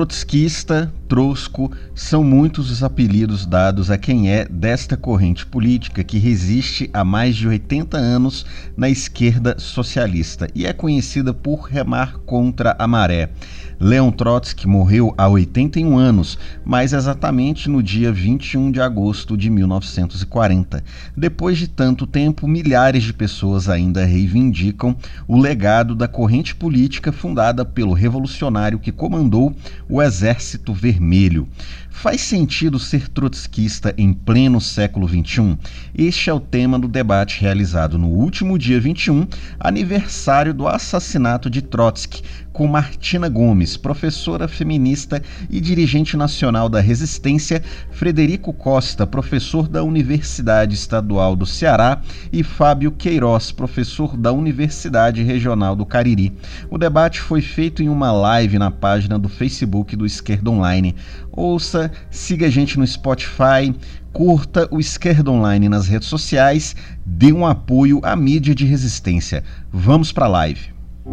Trotskista, Trosco, são muitos os apelidos dados a quem é desta corrente política que resiste há mais de 80 anos na esquerda socialista e é conhecida por remar contra a maré. Leon Trotsky morreu há 81 anos, mais exatamente no dia 21 de agosto de 1940. Depois de tanto tempo, milhares de pessoas ainda reivindicam o legado da corrente política fundada pelo revolucionário que comandou o Exército Vermelho. Faz sentido ser trotskista em pleno século XXI? Este é o tema do debate realizado no último dia 21, aniversário do assassinato de Trotsky, com Martina Gomes, professora feminista e dirigente nacional da Resistência, Frederico Costa, professor da Universidade Estadual do Ceará, e Fábio Queiroz, professor da Universidade Regional do Cariri. O debate foi feito em uma live na página do Facebook do Esquerda Online. Ouça, siga a gente no Spotify, curta o Esquerda Online nas redes sociais, dê um apoio à mídia de resistência. Vamos para a live.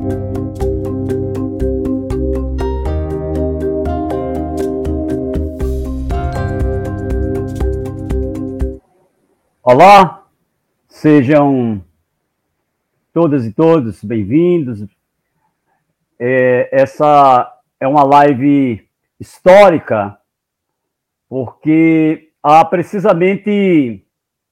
Olá, sejam todas e todos bem-vindos. Essa é uma live histórica, porque há precisamente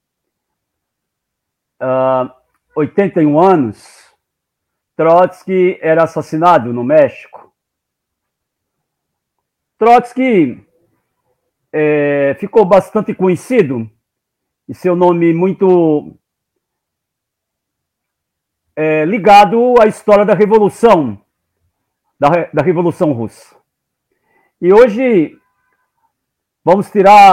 81 anos, Trotsky era assassinado no México. Trotsky ficou bastante conhecido, e seu nome muito ligado à história da Revolução, da Revolução Russa. E hoje vamos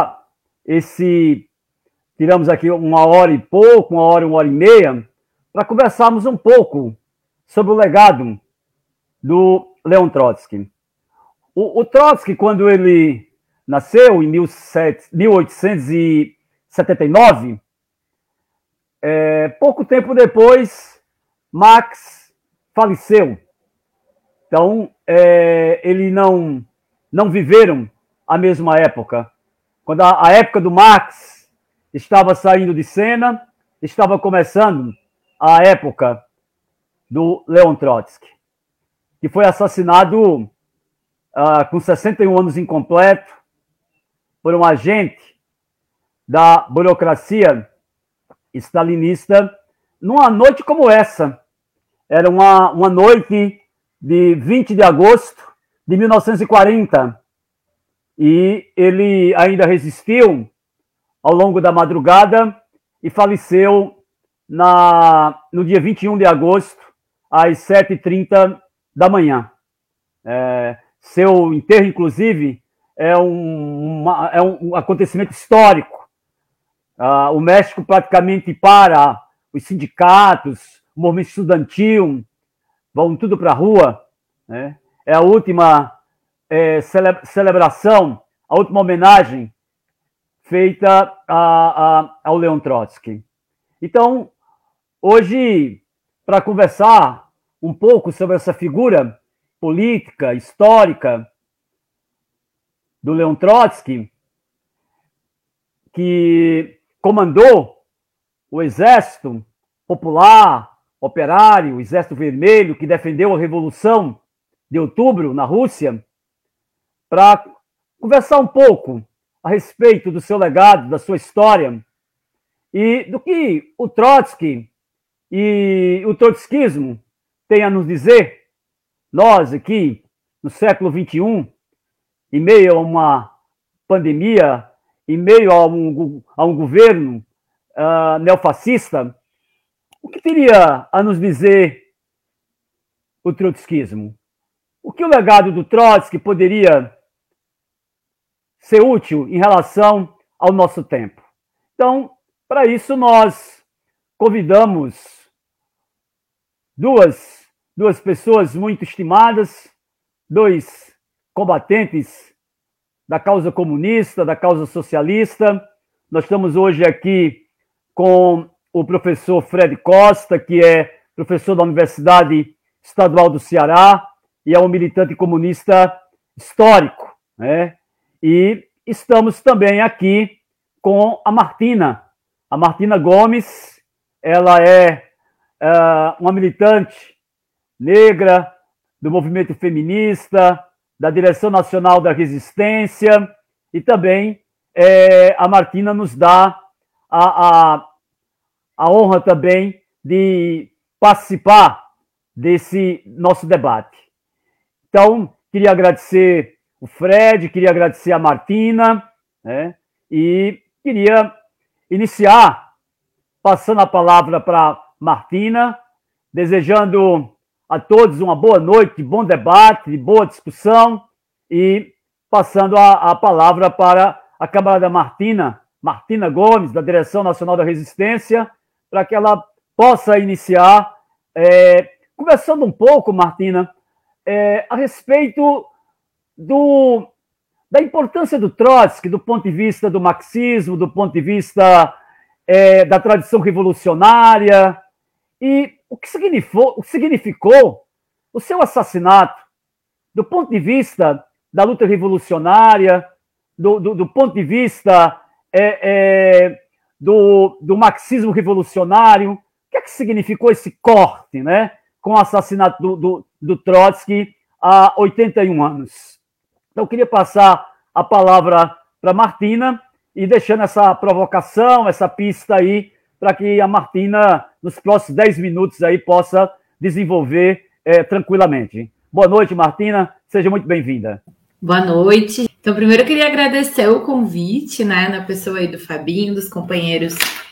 tiramos aqui uma hora e pouco, uma hora e meia, para conversarmos um pouco sobre o legado do Leon Trotsky. O Trotsky, quando ele nasceu em 1879, pouco tempo depois, Marx faleceu. Então, eles não viveram a mesma época. Quando a época do Marx estava saindo de cena, estava começando a época do Leon Trotsky, que foi assassinado com 61 anos incompleto por um agente da burocracia stalinista numa noite como essa. Era uma noite de 20 de agosto de 1940. E ele ainda resistiu ao longo da madrugada e faleceu no dia 21 de agosto, às 7h30 da manhã. Seu enterro, inclusive, é um acontecimento histórico. O México praticamente para, os sindicatos, o movimento estudantil, vão tudo para a rua, né? É a última celebração, a última homenagem feita ao Leon Trotsky. Então, hoje, para conversar um pouco sobre essa figura política, histórica do Leon Trotsky, que comandou o Exército Popular, Operário, o Exército Vermelho, que defendeu a Revolução de Outubro na Rússia, para conversar um pouco a respeito do seu legado, da sua história e do que o Trotsky e o trotskismo têm a nos dizer. Nós aqui, no século XXI, em meio a uma pandemia, em meio a um governo neofascista, o que teria a nos dizer o trotskismo? O que o legado do Trotsky poderia ser útil em relação ao nosso tempo? Então, para isso, nós convidamos duas pessoas muito estimadas, dois combatentes da causa comunista, da causa socialista. Nós estamos hoje aqui com o professor Fred Costa, que é professor da Universidade Estadual do Ceará e é um militante comunista histórico, né? E estamos também aqui com a Martina. A Martina Gomes, ela é uma militante negra do movimento feminista, da Direção Nacional da Resistência, e também a Martina nos dá a honra também de participar desse nosso debate. Então, queria agradecer o Fred, queria agradecer a Martina, né? E queria iniciar passando a palavra para Martina, desejando a todos uma boa noite, bom debate, boa discussão, e passando a palavra para a camarada Martina Gomes, da Direção Nacional da Resistência, para que ela possa iniciar, conversando um pouco, Martina, a respeito da importância do Trotsky, do ponto de vista do marxismo, do ponto de vista da tradição revolucionária, e o que significou o seu assassinato, do ponto de vista da luta revolucionária, do ponto de vista do marxismo revolucionário. O que é que significou esse corte, né, com o assassinato do Trotsky há 81 anos? Então, eu queria passar a palavra para a Martina e deixando essa provocação, essa pista aí, para que a Martina, nos próximos 10 minutos, aí, possa desenvolver tranquilamente. Boa noite, Martina. Seja muito bem-vinda. Boa noite. Então, primeiro eu queria agradecer o convite, né, na pessoa aí do Fabinho, dos companheiros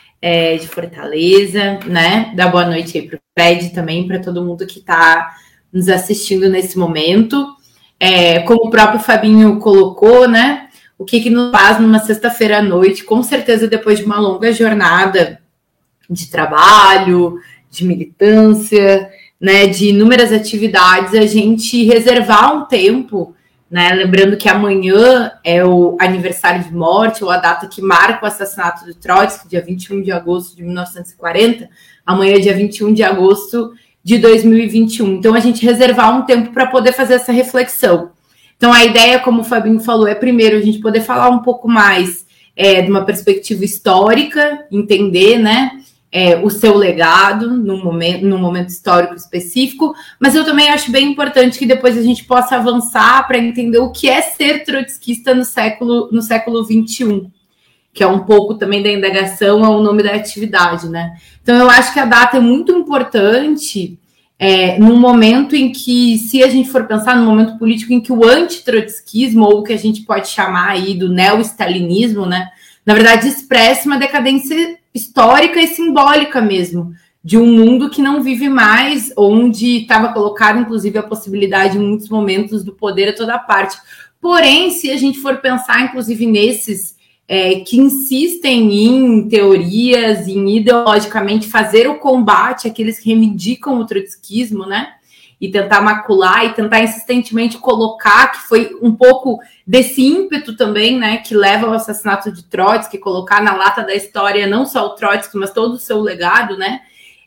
de Fortaleza, né, dar boa noite aí para o Fred também, para todo mundo que está nos assistindo nesse momento. Como o próprio Fabinho colocou, né, o que nos faz numa sexta-feira à noite, com certeza depois de uma longa jornada de trabalho, de militância, né, de inúmeras atividades, a gente reservar um tempo, né, lembrando que amanhã é o aniversário de morte, ou a data que marca o assassinato do Trotsky, dia 21 de agosto de 1940, amanhã é dia 21 de agosto de 2021. Então, a gente reservar um tempo para poder fazer essa reflexão. Então, a ideia, como o Fabinho falou, é primeiro a gente poder falar um pouco mais de uma perspectiva histórica, entender, né, o seu legado num momento histórico específico, mas eu também acho bem importante que depois a gente possa avançar para entender o que é ser trotskista no século XXI, que é um pouco também da indagação ao nome da atividade, né? Então, eu acho que a data é muito importante num momento em que, se a gente for pensar no momento político em que o antitrotskismo, ou o que a gente pode chamar aí do neo-stalinismo, né, na verdade expressa uma decadência histórica e simbólica mesmo, de um mundo que não vive mais, onde estava colocado, inclusive, a possibilidade, em muitos momentos, do poder a toda parte. Porém, se a gente for pensar, inclusive, nesses que insistem em teorias, em ideologicamente fazer o combate àqueles que reivindicam o trotskismo, né? E tentar macular e tentar insistentemente colocar, que foi um pouco desse ímpeto também, né, que leva ao assassinato de Trotsky, colocar na lata da história não só o Trotsky, mas todo o seu legado, né,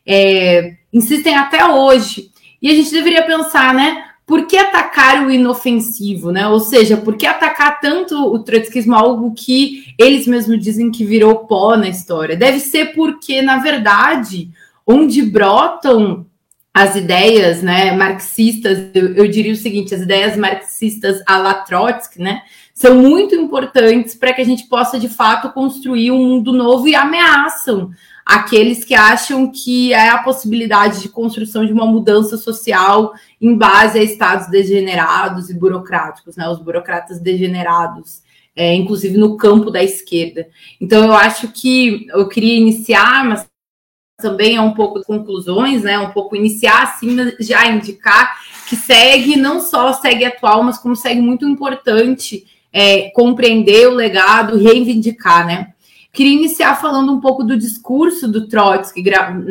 insistem até hoje. E a gente deveria pensar, né, por que atacar o inofensivo, né? Ou seja, por que atacar tanto o trotskismo, algo que eles mesmos dizem que virou pó na história? Deve ser porque, na verdade, onde brotam as ideias, né, marxistas, eu diria o seguinte, as ideias marxistas à la Trotsky, né, são muito importantes para que a gente possa, de fato, construir um mundo novo, e ameaçam aqueles que acham que é a possibilidade de construção de uma mudança social em base a estados degenerados e burocráticos, né, os burocratas degenerados, inclusive no campo da esquerda. Então, eu acho que eu queria iniciar, mas também é um pouco de conclusões, né? Um pouco iniciar assim, já indicar que não só segue atual, mas como segue muito importante compreender o legado, reivindicar, né? Queria iniciar falando um pouco do discurso do Trotsky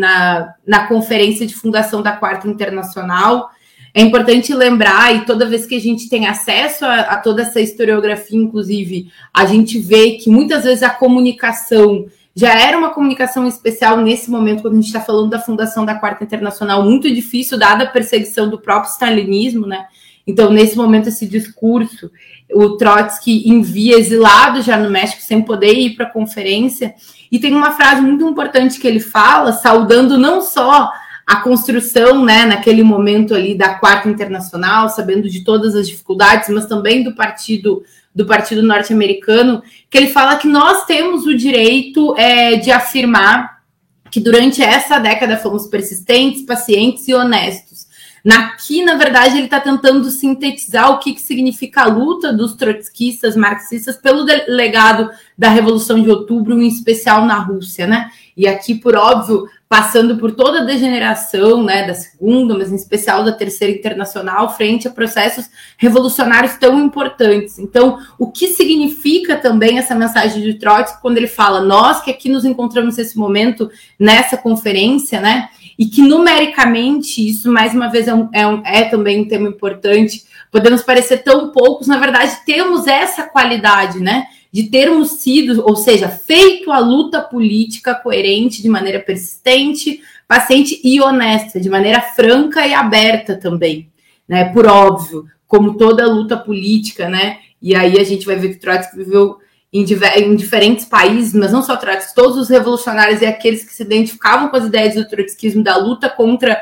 na conferência de fundação da Quarta Internacional. É importante lembrar, e toda vez que a gente tem acesso a toda essa historiografia, inclusive, a gente vê que muitas vezes a comunicação já era uma comunicação especial nesse momento, quando a gente está falando da fundação da Quarta Internacional, muito difícil, dada a perseguição do próprio stalinismo, né? Então, nesse momento, esse discurso, o Trotsky envia exilado já no México, sem poder ir para a conferência, e tem uma frase muito importante que ele fala, saudando não só a construção, né, naquele momento ali da Quarta Internacional, sabendo de todas as dificuldades, mas também do partido norte-americano, que ele fala que nós temos o direito de afirmar que durante essa década fomos persistentes, pacientes e honestos. Aqui, na verdade, ele está tentando sintetizar o que significa a luta dos trotskistas, marxistas, pelo legado da Revolução de Outubro, em especial na Rússia, né? E aqui, por óbvio, passando por toda a degeneração, né, da Segunda, mas em especial da Terceira Internacional, frente a processos revolucionários tão importantes. Então, o que significa também essa mensagem de Trotsky quando ele fala, nós que aqui nos encontramos nesse momento, nessa conferência, né, e que numericamente, isso mais uma vez é também um tema importante, podemos parecer tão poucos, na verdade temos essa qualidade, né, de termos sido, ou seja, feito a luta política coerente, de maneira persistente, paciente e honesta, de maneira franca e aberta também, né, por óbvio, como toda luta política, né, e aí a gente vai ver que Trotsky viveu em diferentes países, mas não só Trotsky, todos os revolucionários e aqueles que se identificavam com as ideias do trotskismo, da luta contra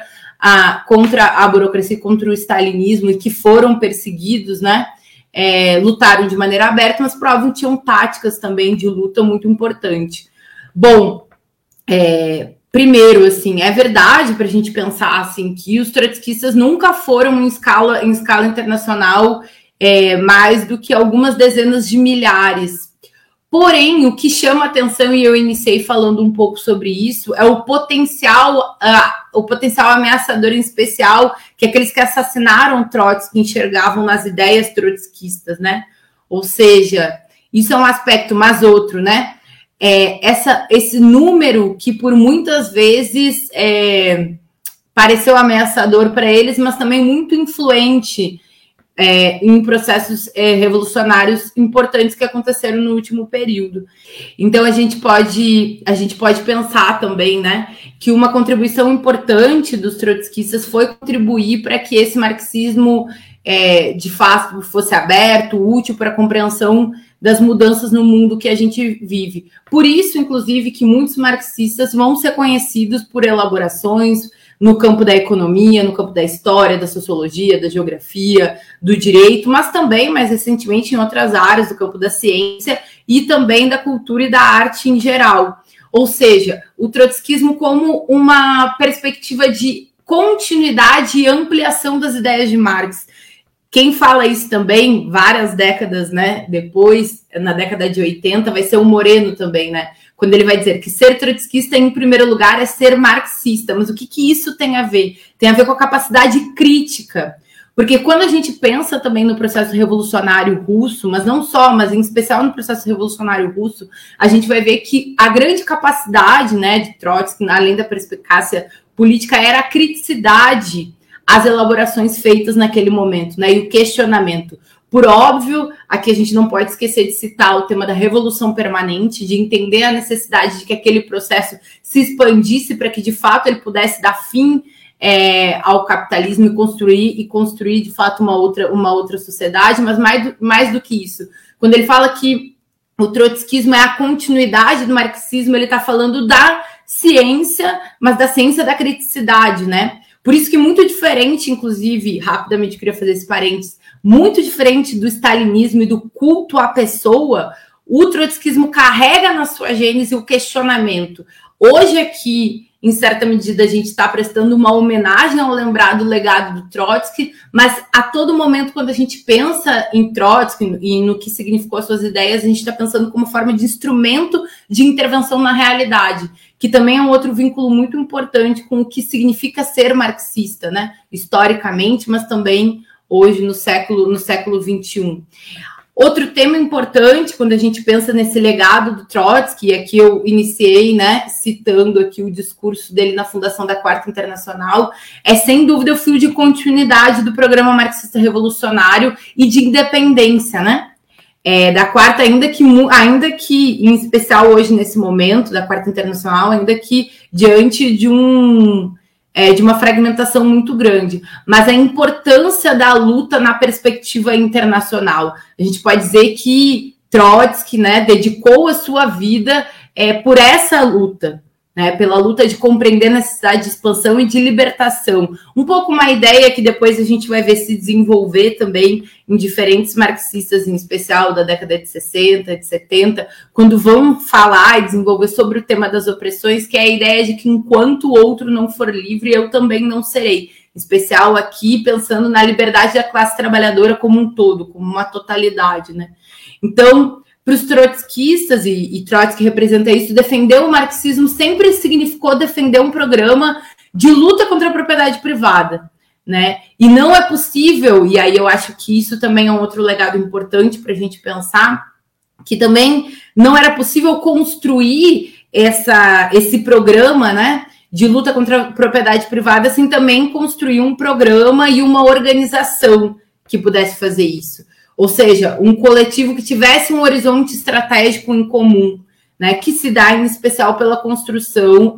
a burocracia, contra o stalinismo e que foram perseguidos, né, lutaram de maneira aberta, mas provavelmente tinham táticas também de luta muito importante. Bom, primeiro, assim, é verdade para a gente pensar assim, que os trotskistas nunca foram em escala internacional mais do que algumas dezenas de milhares. Porém, o que chama atenção, e eu iniciei falando um pouco sobre isso, é o potencial ameaçador em especial que aqueles que assassinaram Trotsky enxergavam nas ideias trotskistas, né? Ou seja, isso é um aspecto, mas outro, né? Esse número que por muitas vezes pareceu ameaçador para eles, mas também muito influente em processos revolucionários importantes que aconteceram no último período. Então a gente pode pensar também, né, que uma contribuição importante dos trotskistas foi contribuir para que esse marxismo de fato fosse aberto, útil para a compreensão das mudanças no mundo que a gente vive. Por isso, inclusive, que muitos marxistas vão ser conhecidos por elaborações no campo da economia, no campo da história, da sociologia, da geografia, do direito, mas também, mais recentemente, em outras áreas do campo da ciência e também da cultura e da arte em geral. Ou seja, o trotskismo como uma perspectiva de continuidade e ampliação das ideias de Marx. Quem fala isso também, várias décadas, né, depois, na década de 80, vai ser o Moreno também, né? Quando ele vai dizer que ser trotskista, em primeiro lugar, é ser marxista. Mas o que isso tem a ver? Tem a ver com a capacidade crítica. Porque quando a gente pensa também no processo revolucionário russo, mas não só, mas em especial no processo revolucionário russo, a gente vai ver que a grande capacidade, né, de Trotsky, além da perspicácia política, era a criticidade às elaborações feitas naquele momento, né, e o questionamento. Por óbvio, aqui a gente não pode esquecer de citar o tema da revolução permanente, de entender a necessidade de que aquele processo se expandisse para que, de fato, ele pudesse dar fim ao capitalismo e construir, de fato, uma outra sociedade, mas mais do que isso. Quando ele fala que o trotskismo é a continuidade do marxismo, ele está falando da ciência, mas da ciência da criticidade, né? Por isso que muito diferente, inclusive, rapidamente eu queria fazer esse parênteses, muito diferente do stalinismo e do culto à pessoa, o trotskismo carrega na sua gênese o questionamento. Hoje aqui, em certa medida, a gente está prestando uma homenagem ao lembrado legado do Trotsky, mas a todo momento, quando a gente pensa em Trotsky e no que significou as suas ideias, a gente está pensando como forma de instrumento de intervenção na realidade, que também é um outro vínculo muito importante com o que significa ser marxista, né? Historicamente, mas também hoje no século XXI. Outro tema importante, quando a gente pensa nesse legado do Trotsky, aqui eu iniciei, né, citando aqui o discurso dele na fundação da Quarta Internacional, é sem dúvida o fio de continuidade do programa marxista revolucionário e de independência, né? Da Quarta, ainda que, em especial hoje nesse momento, da Quarta Internacional, ainda que diante de um de uma fragmentação muito grande, mas a importância da luta na perspectiva internacional. A gente pode dizer que Trotsky, né, dedicou a sua vida por essa luta, né, pela luta de compreender a necessidade de expansão e de libertação. Um pouco uma ideia que depois a gente vai ver se desenvolver também em diferentes marxistas, em especial da década de 60, de 70, quando vão falar e desenvolver sobre o tema das opressões, que é a ideia de que enquanto o outro não for livre, eu também não serei. Em especial aqui, pensando na liberdade da classe trabalhadora como um todo, como uma totalidade, né? Então, para os trotskistas, e Trotsky representa isso, defender o marxismo sempre significou defender um programa de luta contra a propriedade privada, né? E não é possível, e aí eu acho que isso também é um outro legado importante para a gente pensar, que também não era possível construir esse programa, né, de luta contra a propriedade privada sem também construir um programa e uma organização que pudesse fazer isso. Ou seja, um coletivo que tivesse um horizonte estratégico em comum, né, que se dá em especial pela construção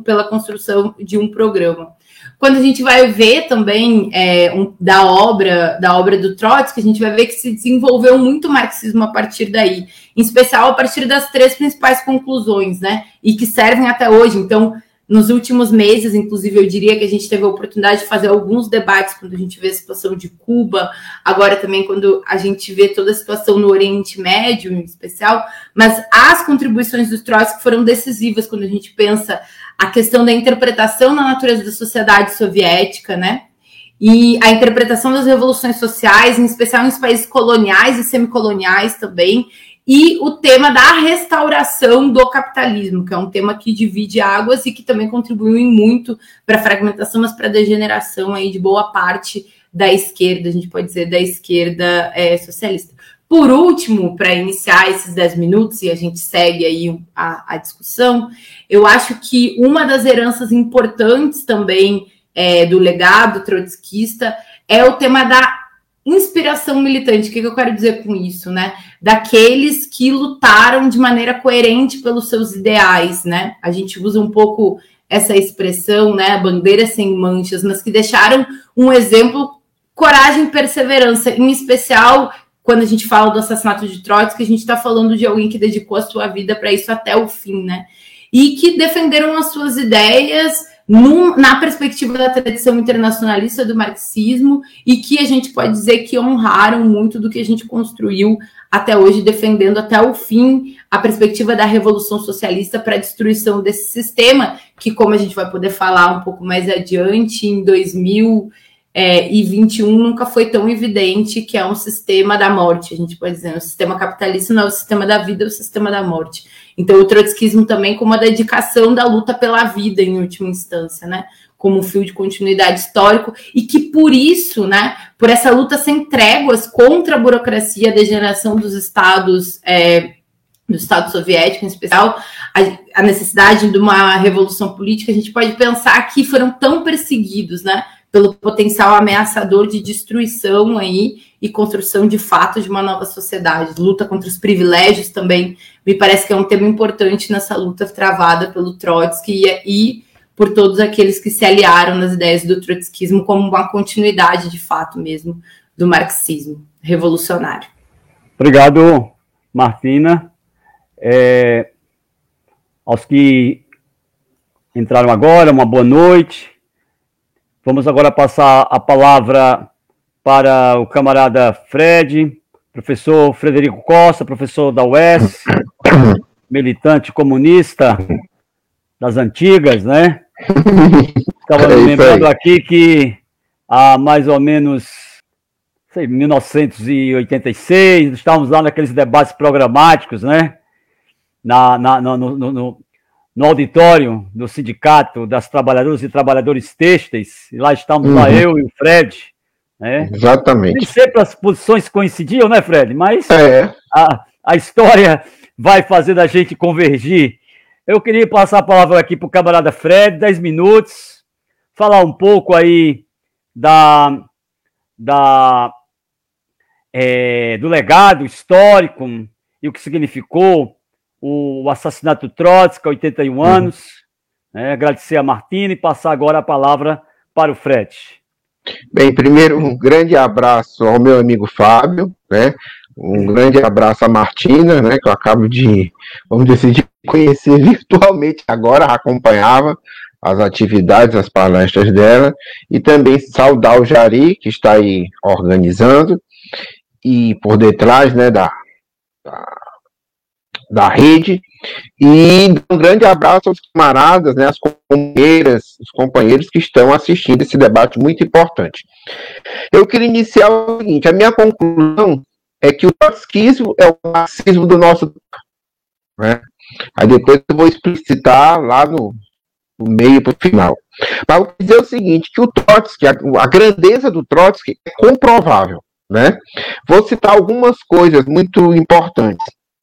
de um programa. Quando a gente vai ver também da obra do Trotsky, a gente vai ver que se desenvolveu muito marxismo a partir daí, em especial a partir das 3 principais conclusões, né, e que servem até hoje. Então, nos últimos meses, inclusive, eu diria que a gente teve a oportunidade de fazer alguns debates quando a gente vê a situação de Cuba, agora também quando a gente vê toda a situação no Oriente Médio, em especial, mas as contribuições do Trotsky foram decisivas quando a gente pensa a questão da interpretação da natureza da sociedade soviética, né? E a interpretação das revoluções sociais, em especial nos países coloniais e semicoloniais também, e o tema da restauração do capitalismo, que é um tema que divide águas e que também contribuiu muito para a fragmentação, mas para a degeneração aí de boa parte da esquerda, a gente pode dizer, da esquerda socialista. Por último, para iniciar esses 10 minutos, e a gente segue aí a discussão, eu acho que uma das heranças importantes também do legado trotskista é o tema da inspiração militante. O que eu quero dizer com isso, né? Daqueles que lutaram de maneira coerente pelos seus ideais, né? A gente usa um pouco essa expressão, né? Bandeira sem manchas, mas que deixaram um exemplo, coragem e perseverança, em especial quando a gente fala do assassinato de Trotsky, a gente está falando de alguém que dedicou a sua vida para isso até o fim, né? E que defenderam as suas ideias na perspectiva da tradição internacionalista do marxismo e que a gente pode dizer que honraram muito do que a gente construiu até hoje, defendendo até o fim a perspectiva da revolução socialista para a destruição desse sistema, que, como a gente vai poder falar um pouco mais adiante, em 2021 nunca foi tão evidente que é um sistema da morte, a gente pode dizer, o sistema capitalista não é o sistema da vida, é o sistema da morte. Então, o trotskismo também como a dedicação da luta pela vida, em última instância, né? Como um fio de continuidade histórico, e que por isso, né, por essa luta sem tréguas contra a burocracia, a degeneração dos estados, do Estado soviético em especial, a necessidade de uma revolução política, a gente pode pensar que foram tão perseguidos, né, pelo potencial ameaçador de destruição aí e construção de fato de uma nova sociedade. Luta contra os privilégios também me parece que é um tema importante nessa luta travada pelo Trotsky e por todos aqueles que se aliaram nas ideias do trotskismo como uma continuidade de fato mesmo do marxismo revolucionário. Obrigado, Martina. Aos que entraram agora, uma boa noite. Vamos agora passar a palavra para o camarada Fred, professor Frederico Costa, professor da UES, militante comunista das antigas, né? Estava me lembrando aqui que há mais ou menos 1986, estávamos lá naqueles debates programáticos, né? No auditório do Sindicato das Trabalhadoras e Trabalhadores Têxteis, e lá estávamos lá eu e o Fred, né? Exatamente. Nem sempre as posições coincidiam, né, Fred? Mas a história vai fazer a gente convergir. Eu queria passar a palavra aqui para o camarada Fred, 10 minutos, falar um pouco aí do legado histórico e o que significou o assassinato do Trotsky, 81 anos, né? Agradecer a Martina e passar agora a palavra para o Fred. Bem, primeiro, um grande abraço ao meu amigo Fábio, né? Um grande abraço à Martina, né? Que eu acabo de, vamos dizer, de conhecer virtualmente agora, acompanhava as atividades, as palestras dela, e também saudar o Jari, que está aí organizando, e por detrás, né, da rede, e um grande abraço aos camaradas, né, as companheiras, os companheiros que estão assistindo esse debate muito importante. Eu queria iniciar o seguinte: a minha conclusão é que o trotskismo é o marxismo do nosso tempo, né? Aí depois eu vou explicitar lá no meio para o final. Mas eu vou dizer o seguinte, que o Trotsky, a grandeza do Trotsky é comprovável, né? Vou citar algumas coisas muito importantes.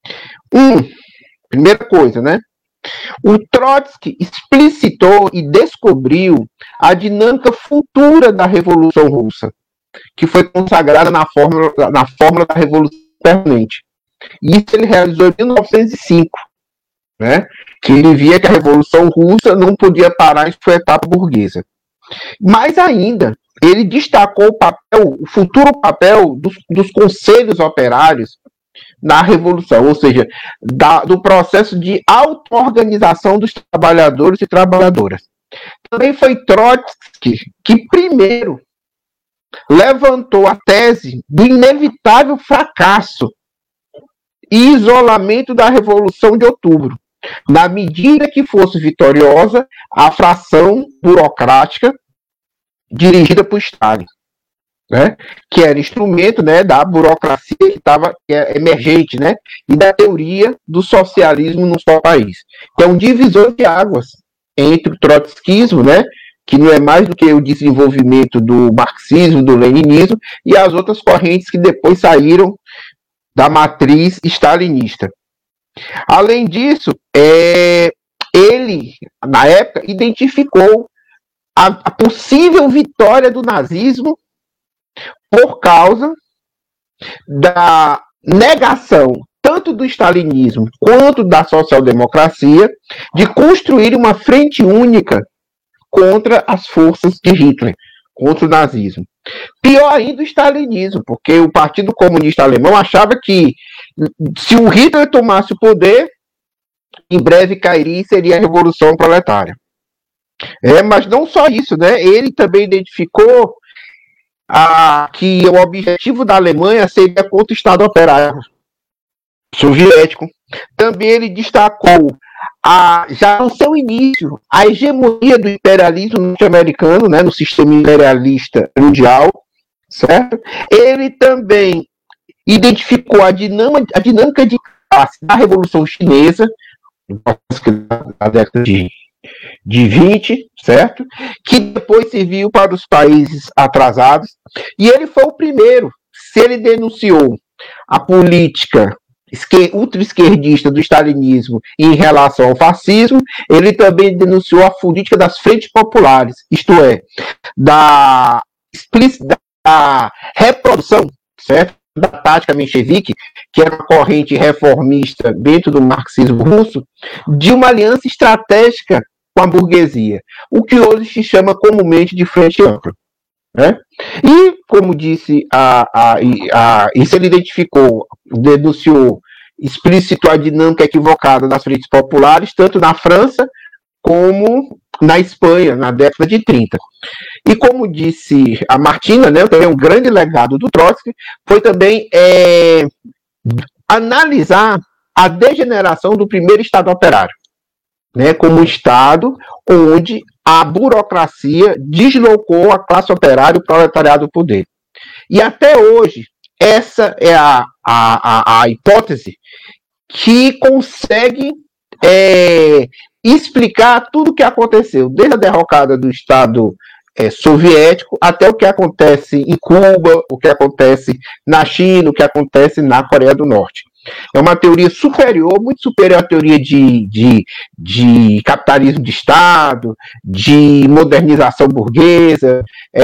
Primeira coisa, né? O Trotsky explicitou e descobriu a dinâmica futura da Revolução Russa, que foi consagrada na fórmula da Revolução Permanente. E isso ele realizou em 1905, né? Que ele via que a Revolução Russa não podia parar em sua etapa burguesa. Mais ainda, ele destacou o futuro papel dos conselhos operários na Revolução, ou seja, do processo de auto-organização dos trabalhadores e trabalhadoras. Também foi Trotsky que primeiro levantou a tese do inevitável fracasso e isolamento da Revolução de Outubro, na medida que fosse vitoriosa a fração burocrática dirigida por Stalin, né, que era instrumento, né, da burocracia que é emergente, né, e da teoria do socialismo no seu país. Que é um divisor de águas entre o trotskismo, né, que não é mais do que o desenvolvimento do marxismo, do leninismo, e as outras correntes que depois saíram da matriz stalinista. Além disso, ele, na época, identificou a possível vitória do nazismo por causa da negação tanto do stalinismo quanto da social-democracia de construir uma frente única contra as forças de Hitler, contra o nazismo. Pior ainda o stalinismo, porque o Partido Comunista Alemão achava que se o Hitler tomasse o poder, em breve cairia e seria a Revolução Proletária. Mas não só isso, né? Ele também identificou que o objetivo da Alemanha seria contra o Estado Operário Soviético. Também ele destacou, já no seu início, a hegemonia do imperialismo norte-americano, né, no sistema imperialista mundial, certo? Ele também identificou a dinâmica de classe da Revolução Chinesa, na década de 20, certo? Que depois serviu para os países atrasados. E ele foi o primeiro. Se ele denunciou a política ultra-esquerdista do stalinismo em relação ao fascismo, ele também denunciou a política das frentes populares, isto é, da reprodução, certo? Da tática menchevique, que era uma corrente reformista dentro do marxismo russo, de uma aliança estratégica com a burguesia, o que hoje se chama comumente de frente ampla, né? E, como disse, isso ele identificou, denunciou, explicitou a dinâmica equivocada das frentes populares, tanto na França como na Espanha, na década de 30. E como disse a Martina, né, também um grande legado do Trotsky, foi também analisar a degeneração do primeiro Estado operário, né, como um Estado onde a burocracia deslocou a classe operária e o proletariado do poder. E até hoje, essa é a hipótese que consegue explicar tudo o que aconteceu, desde a derrocada do Estado soviético até o que acontece em Cuba, o que acontece na China, o que acontece na Coreia do Norte. É uma teoria superior, muito superior à teoria de capitalismo de Estado, de modernização burguesa,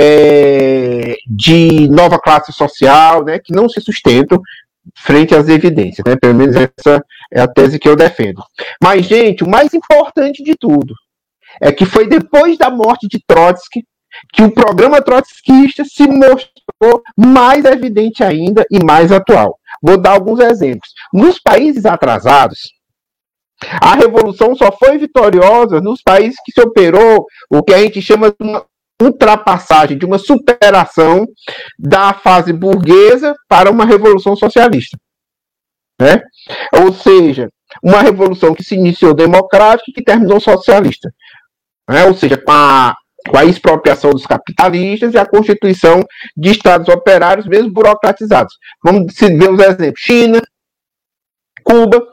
de nova classe social, né, que não se sustentam frente às evidências, né? Pelo menos essa é a tese que eu defendo. Mas, gente, o mais importante de tudo é que foi depois da morte de Trotsky que o programa trotskista se mostrou mais evidente ainda e mais atual. Vou dar alguns exemplos. Nos países atrasados, a revolução só foi vitoriosa nos países que se operou o que a gente chama de uma ultrapassagem, de uma superação da fase burguesa para uma revolução socialista. Né? Ou seja, uma revolução que se iniciou democrática e que terminou socialista. Né? Ou seja, com a expropriação dos capitalistas e a constituição de estados operários, mesmo burocratizados. Vamos ver os exemplos: China, Cuba,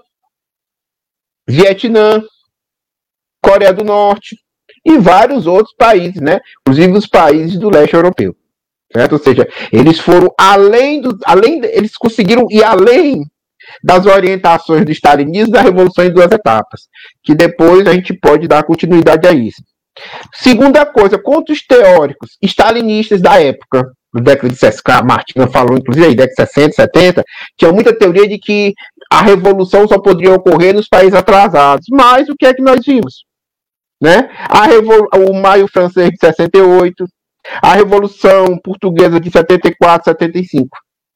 Vietnã, Coreia do Norte e vários outros países, né? Inclusive os países do leste europeu. Certo? Ou seja, eles foram eles conseguiram ir além das orientações do stalinismo da revolução em 2 etapas, que depois a gente pode dar continuidade a isso. Segunda coisa, contra os teóricos stalinistas da época, no década de 60, a Martina falou, inclusive, aí, década de 60, 70, tinha muita teoria de que a revolução só poderia ocorrer nos países atrasados. Mas o que é que nós vimos? Né? O Maio francês de 68, a Revolução Portuguesa de 74, 75.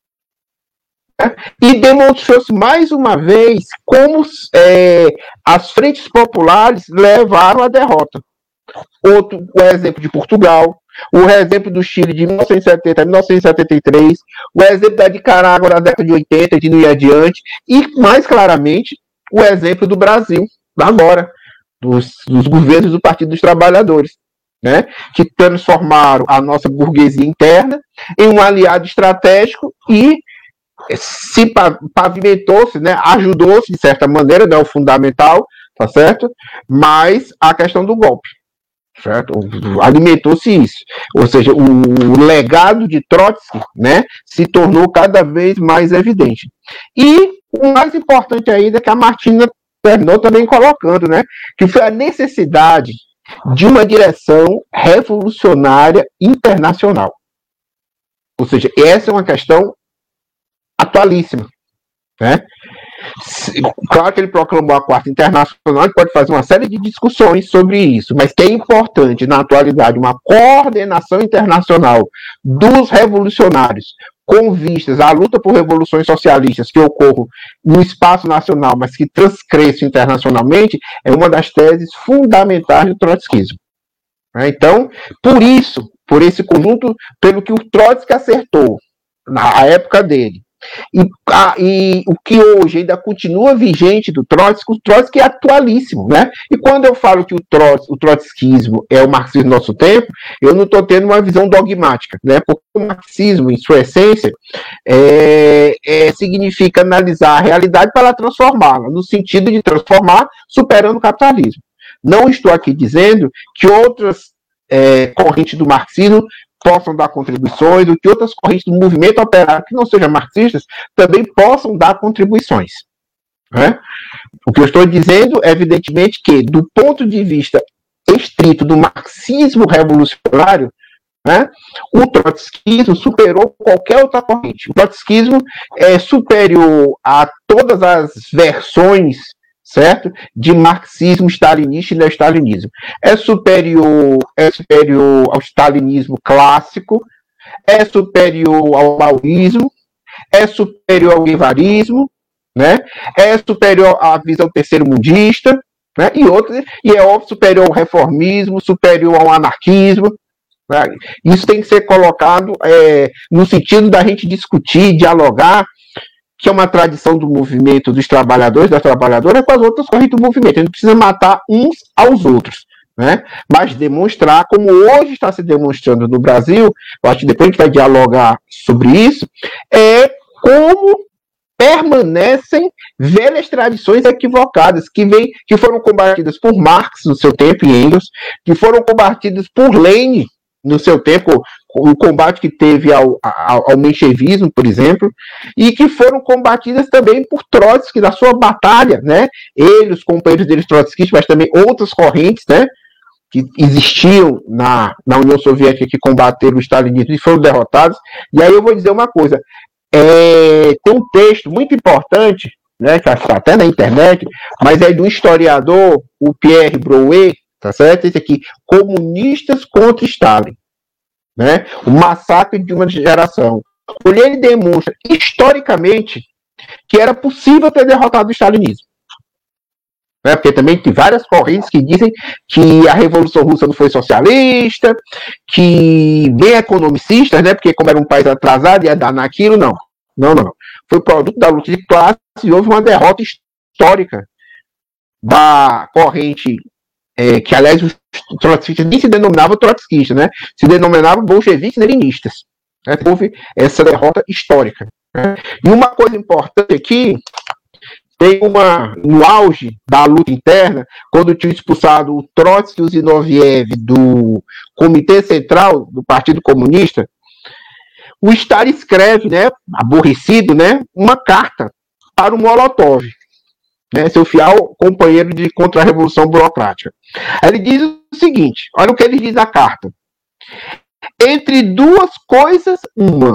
Né? E demonstrou-se mais uma vez como as frentes populares levaram à derrota. O exemplo de Portugal, o exemplo do Chile de 1970 a 1973, o exemplo da Nicarágua na década de 80 e em adiante, e mais claramente o exemplo do Brasil, agora, dos governos do Partido dos Trabalhadores, né, que transformaram a nossa burguesia interna em um aliado estratégico e se pavimentou-se, né, ajudou-se de certa maneira, não é o fundamental, tá certo? Mas a questão do golpe. Certo? Alimentou-se isso. Ou seja, o legado de Trotsky, né, se tornou cada vez mais evidente. E o mais importante ainda, que a Martina terminou também colocando, né, que foi a necessidade de uma direção revolucionária internacional. Ou seja, essa é uma questão atualíssima. Né? Claro que ele proclamou a Quarta Internacional, ele pode fazer uma série de discussões sobre isso, mas que é importante, na atualidade, uma coordenação internacional dos revolucionários com vistas à luta por revoluções socialistas que ocorram no espaço nacional, mas que transcresçam internacionalmente, é uma das teses fundamentais do trotskismo. Então, por esse conjunto, pelo que o Trotsky acertou na época dele, e o que hoje ainda continua vigente do Trotsky, o Trotsky é atualíssimo, né? E quando eu falo que o trotskismo é o marxismo do nosso tempo, eu não estou tendo uma visão dogmática, né? Porque o marxismo, em sua essência, significa analisar a realidade para transformá-la, no sentido de transformar superando o capitalismo. Não estou aqui dizendo que outras correntes do marxismo possam dar contribuições, ou que outras correntes do movimento operário que não sejam marxistas também possam dar contribuições. Né? O que eu estou dizendo é, evidentemente, que, do ponto de vista estrito do marxismo revolucionário, né, o trotskismo superou qualquer outra corrente. O trotskismo é superior a todas as versões, certo, de marxismo stalinista e neo-stalinismo. É superior ao stalinismo clássico, é superior ao maoísmo, é superior ao guevarismo, né? É superior à visão terceiro-mundista, né? E é óbvio, superior ao reformismo, superior ao anarquismo. Né? Isso tem que ser colocado no sentido da gente discutir, dialogar, que é uma tradição do movimento dos trabalhadores, das trabalhadoras, com as outras correntes do movimento. A gente precisa matar uns aos outros, né? Mas demonstrar, como hoje está se demonstrando no Brasil, eu acho que depois a gente vai dialogar sobre isso, como permanecem velhas tradições equivocadas, que foram combatidas por Marx no seu tempo, e Engels, que foram combatidas por Lenin no seu tempo, o combate que teve ao menchevismo, por exemplo, e que foram combatidas também por Trotsky na sua batalha, né? Ele, os companheiros deles trotskistas, mas também outras correntes, né, que existiam na União Soviética que combateram o stalinismo e foram derrotados. E aí eu vou dizer uma coisa, tem um texto muito importante, né, que está até na internet, mas é do historiador, o Pierre Brouet, tá certo? Esse aqui, Comunistas contra Stalin. né? O massacre de uma geração. Ele demonstra historicamente que era possível ter derrotado o stalinismo. Né? Porque também tem várias correntes que dizem que a Revolução Russa não foi socialista, que bem economicistas, né? Porque como era um país atrasado, ia dar naquilo, não. Não. Foi produto da luta de classe e houve uma derrota histórica da corrente, que aliás os trotskistas nem se denominavam trotskistas, né? Se denominavam bolcheviques leninistas. Né? Houve essa derrota histórica. Né? E uma coisa importante aqui, no auge da luta interna, quando tinha expulsado o Trotsky e o Zinoviev do Comitê Central do Partido Comunista, o Stalin escreve, né, aborrecido, né, uma carta para o Molotov, né, seu fiel companheiro de contra-revolução burocrática. Aí ele diz o seguinte, olha o que ele diz na carta. Entre duas coisas, uma.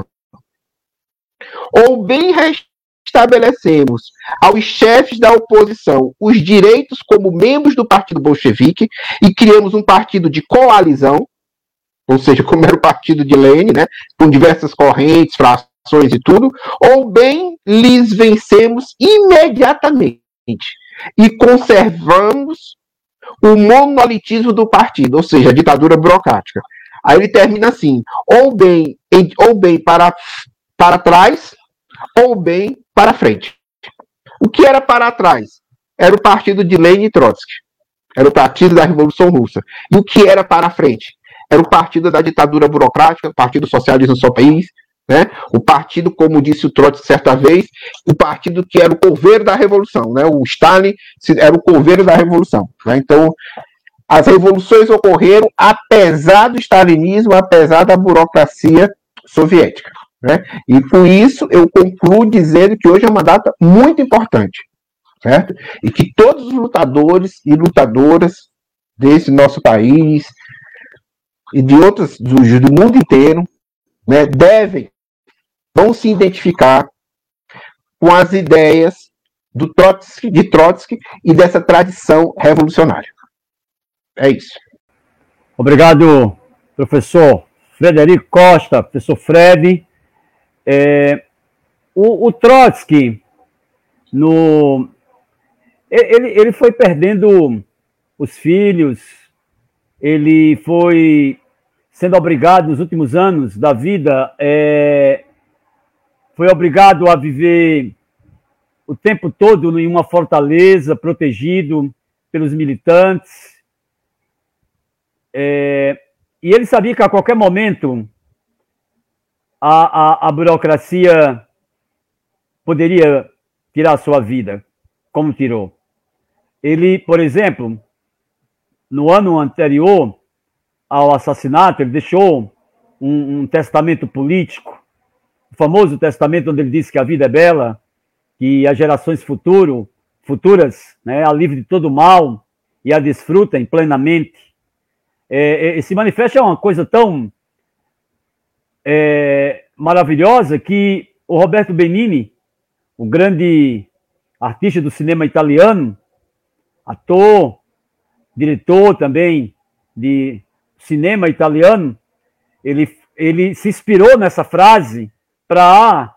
Ou bem estabelecemos aos chefes da oposição os direitos como membros do Partido Bolchevique e criamos um partido de coalizão, ou seja, como era o partido de Lenin, né, com diversas correntes, frações e tudo, ou bem lhes vencemos imediatamente e conservamos o monolitismo do partido, ou seja, a ditadura burocrática. Aí ele termina assim, ou bem para trás, ou bem para frente. O que era para trás? Era o partido de Lenin e Trotsky. Era o partido da Revolução Russa. E o que era para frente? Era o partido da ditadura burocrática, o partido socialista no seu país, né? O partido, como disse o Trotsky certa vez, o partido que era o coveiro da Revolução. Né? O Stalin era o coveiro da Revolução. Né? Então, as revoluções ocorreram apesar do stalinismo, apesar da burocracia soviética. Né? E com isso eu concluo dizendo que hoje é uma data muito importante, certo? E que todos os lutadores e lutadoras desse nosso país e de outros do mundo inteiro, né, vão se identificar com as ideias de Trotsky e dessa tradição revolucionária. É isso. Obrigado, professor Frederico Costa, professor Fred. O Trotsky, ele foi perdendo os filhos, ele foi sendo obrigado nos últimos anos da vida, foi obrigado a viver o tempo todo em uma fortaleza, protegido pelos militantes, e ele sabia que a qualquer momento a burocracia poderia tirar a sua vida, como tirou. Ele, por exemplo, no ano anterior ao assassinato, ele deixou um testamento político, o famoso testamento onde ele disse que a vida é bela, que as gerações futuras, né, a livre de todo mal e a desfrutem plenamente. Esse manifesto é uma coisa tão maravilhosa que o Roberto Benigni, o grande artista do cinema italiano, ator, diretor também de cinema italiano, ele se inspirou nessa frase para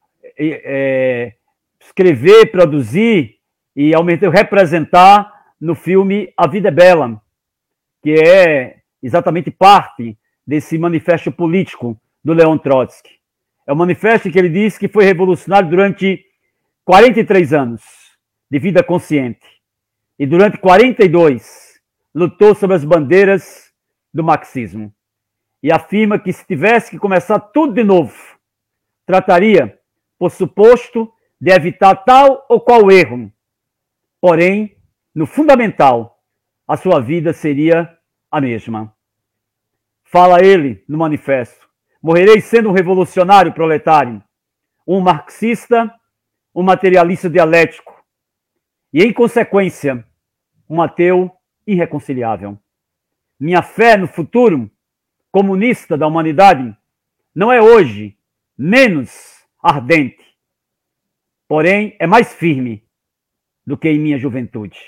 escrever, produzir e, ao mesmo tempo, representar no filme A Vida é Bela, que é exatamente parte desse manifesto político do Leon Trotsky. É um manifesto que ele diz que foi revolucionário durante 43 anos de vida consciente. E durante 42 lutou sob as bandeiras do marxismo. E afirma que se tivesse que começar tudo de novo, trataria, por suposto, de evitar tal ou qual erro. Porém, no fundamental, a sua vida seria a mesma. Fala ele no manifesto: morrerei sendo um revolucionário proletário, um marxista, um materialista dialético e, em consequência, um ateu irreconciliável. Minha fé no futuro comunista da humanidade não é hoje menos ardente, porém é mais firme do que em minha juventude.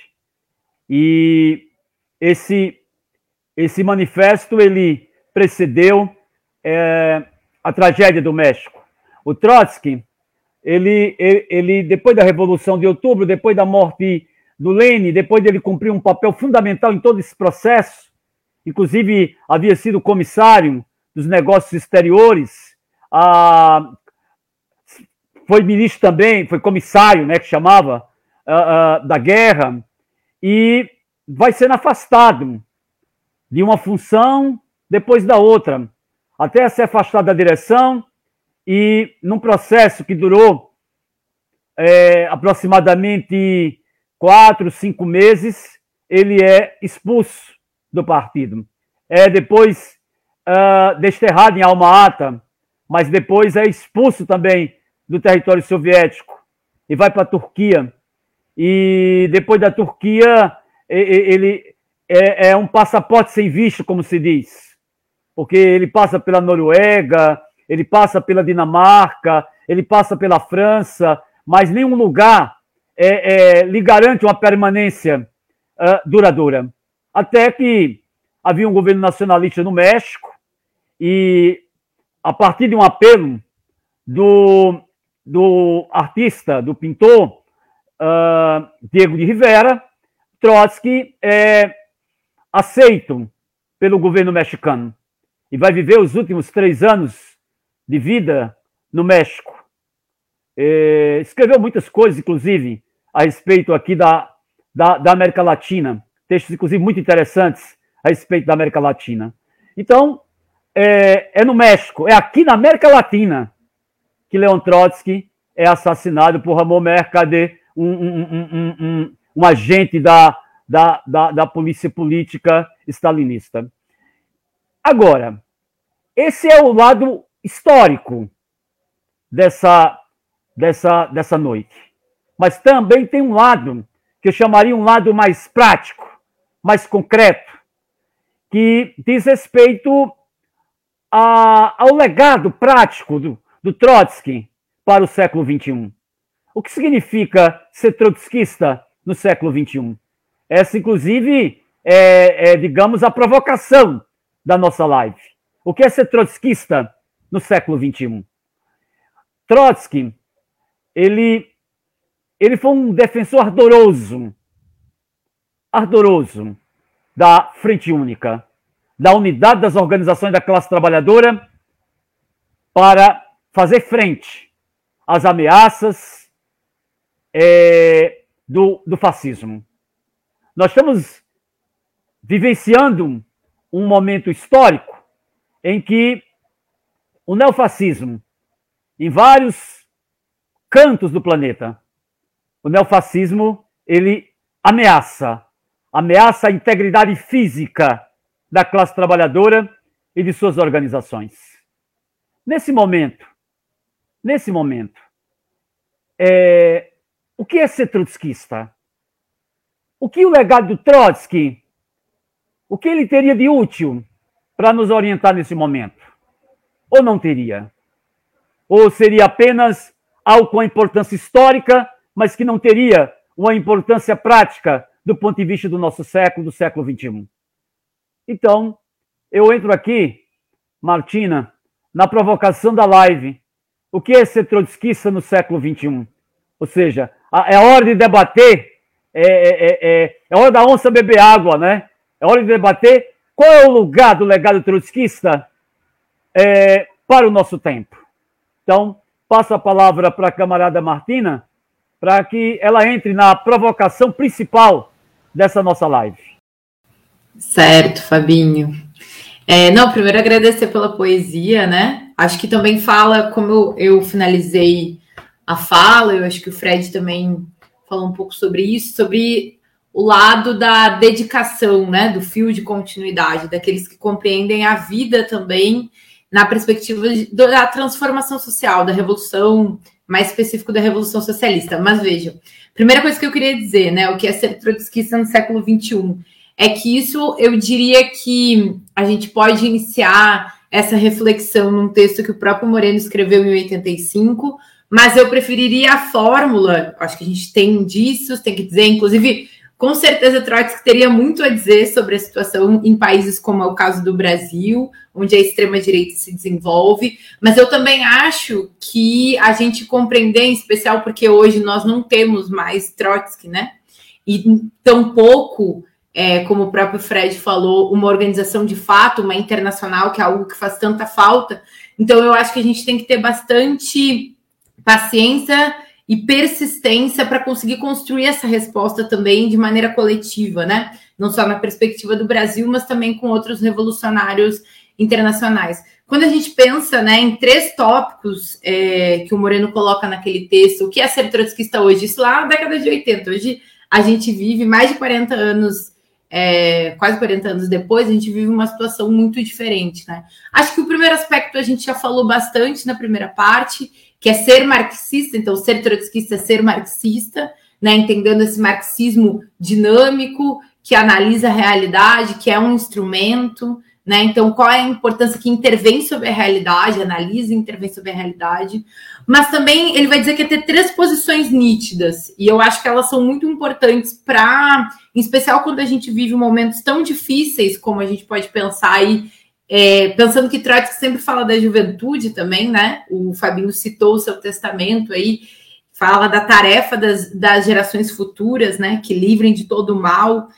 E esse manifesto ele precedeu a tragédia do México. O Trotsky, ele depois da Revolução de Outubro, depois da morte do Lenin, depois dele cumprir um papel fundamental em todo esse processo, inclusive havia sido comissário dos negócios exteriores, foi ministro também, foi comissário, né, que chamava, da guerra, e vai sendo afastado de uma função depois da outra, até ser afastado da direção, e num processo que durou aproximadamente 4, 5 meses, ele é expulso do partido. Depois desterrado em Alma-Ata, mas depois é expulso também do território soviético e vai para a Turquia. E depois da Turquia, ele é um passaporte sem visto, como se diz, porque ele passa pela Noruega, ele passa pela Dinamarca, ele passa pela França, mas nenhum lugar lhe garante uma permanência duradoura. Até que havia um governo nacionalista no México e, a partir de um apelo do artista, do pintor Diego de Rivera, Trotsky é aceito pelo governo mexicano e vai viver os últimos 3 anos de vida no México. Escreveu muitas coisas, inclusive, a respeito aqui da América Latina, textos, inclusive, muito interessantes a respeito da América Latina. Então, no México, é aqui na América Latina que Leon Trotsky é assassinado por Ramón Mercader, um agente da polícia política stalinista. Agora, esse é o lado histórico dessa noite. Mas também tem um lado que eu chamaria um lado mais prático, mais concreto, que diz respeito ao legado prático do Trotsky para o século XXI. O que significa ser trotskista no século XXI? Essa, inclusive, digamos, a provocação da nossa live. O que é ser trotskista no século XXI? Trotsky, ele foi um defensor ardoroso da Frente Única, da unidade das organizações da classe trabalhadora para fazer frente às ameaças do fascismo. Nós estamos vivenciando um momento histórico em que o neofascismo, em vários cantos do planeta, o neofascismo, ele ameaça a integridade física da classe trabalhadora e de suas organizações. Nesse momento, o que é ser trotskista? O que o legado do Trotsky, o que ele teria de útil para nos orientar nesse momento? Ou não teria? Ou seria apenas algo com importância histórica, mas que não teria uma importância prática do ponto de vista do nosso século, do século XXI? Então, eu entro aqui, Martina, na provocação da live. O que é ser trotskista no século XXI? Ou seja, é hora de debater, é hora da onça beber água, né? É hora de debater qual é o lugar do legado trotskista para o nosso tempo. Então, passo a palavra para a camarada Martina, para que ela entre na provocação principal dessa nossa live. Certo, Fabinho. Primeiro agradecer pela poesia, né? Acho que também fala, como eu finalizei a fala, eu acho que o Fred também falou um pouco sobre isso, sobre o lado da dedicação, né? Do fio de continuidade, daqueles que compreendem a vida também na perspectiva da transformação social, da revolução, mais específico da revolução socialista. Mas vejam, primeira coisa que eu queria dizer, né? O que é ser trotskista no século XXI? É que isso, eu diria que a gente pode iniciar essa reflexão num texto que o próprio Moreno escreveu em 85, mas eu preferiria a fórmula, acho que a gente tem indícios, tem que dizer, inclusive Com certeza, Trotsky teria muito a dizer sobre a situação em países como é o caso do Brasil, onde a extrema-direita se desenvolve, mas eu também acho que a gente compreender, em especial porque hoje nós não temos mais Trotsky, né? E tampouco, como o próprio Fred falou, uma organização de fato, uma internacional, que é algo que faz tanta falta. Então, eu acho que a gente tem que ter bastante paciência e persistência para conseguir construir essa resposta também de maneira coletiva, né? Não só na perspectiva do Brasil, mas também com outros revolucionários internacionais. Quando a gente pensa, né, em 3 tópicos que o Moreno coloca naquele texto, o que é ser trotskista hoje? Isso lá na década de 80. Hoje a gente vive mais de 40 anos, quase 40 anos depois, a gente vive uma situação muito diferente, né? Acho que o primeiro aspecto a gente já falou bastante na primeira parte, que é ser marxista. Então, ser trotskista é ser marxista, né? Entendendo esse marxismo dinâmico, que analisa a realidade, que é um instrumento, né? Então, qual é a importância que intervém sobre a realidade, analisa e intervém sobre a realidade. Mas também ele vai dizer que é ter 3 posições nítidas, e eu acho que elas são muito importantes para, em especial quando a gente vive momentos tão difíceis, como a gente pode pensar aí, pensando que Trotsky sempre fala da juventude também, né? O Fabinho citou o seu testamento aí, fala da tarefa das gerações futuras, né? Que livrem de todo o mal.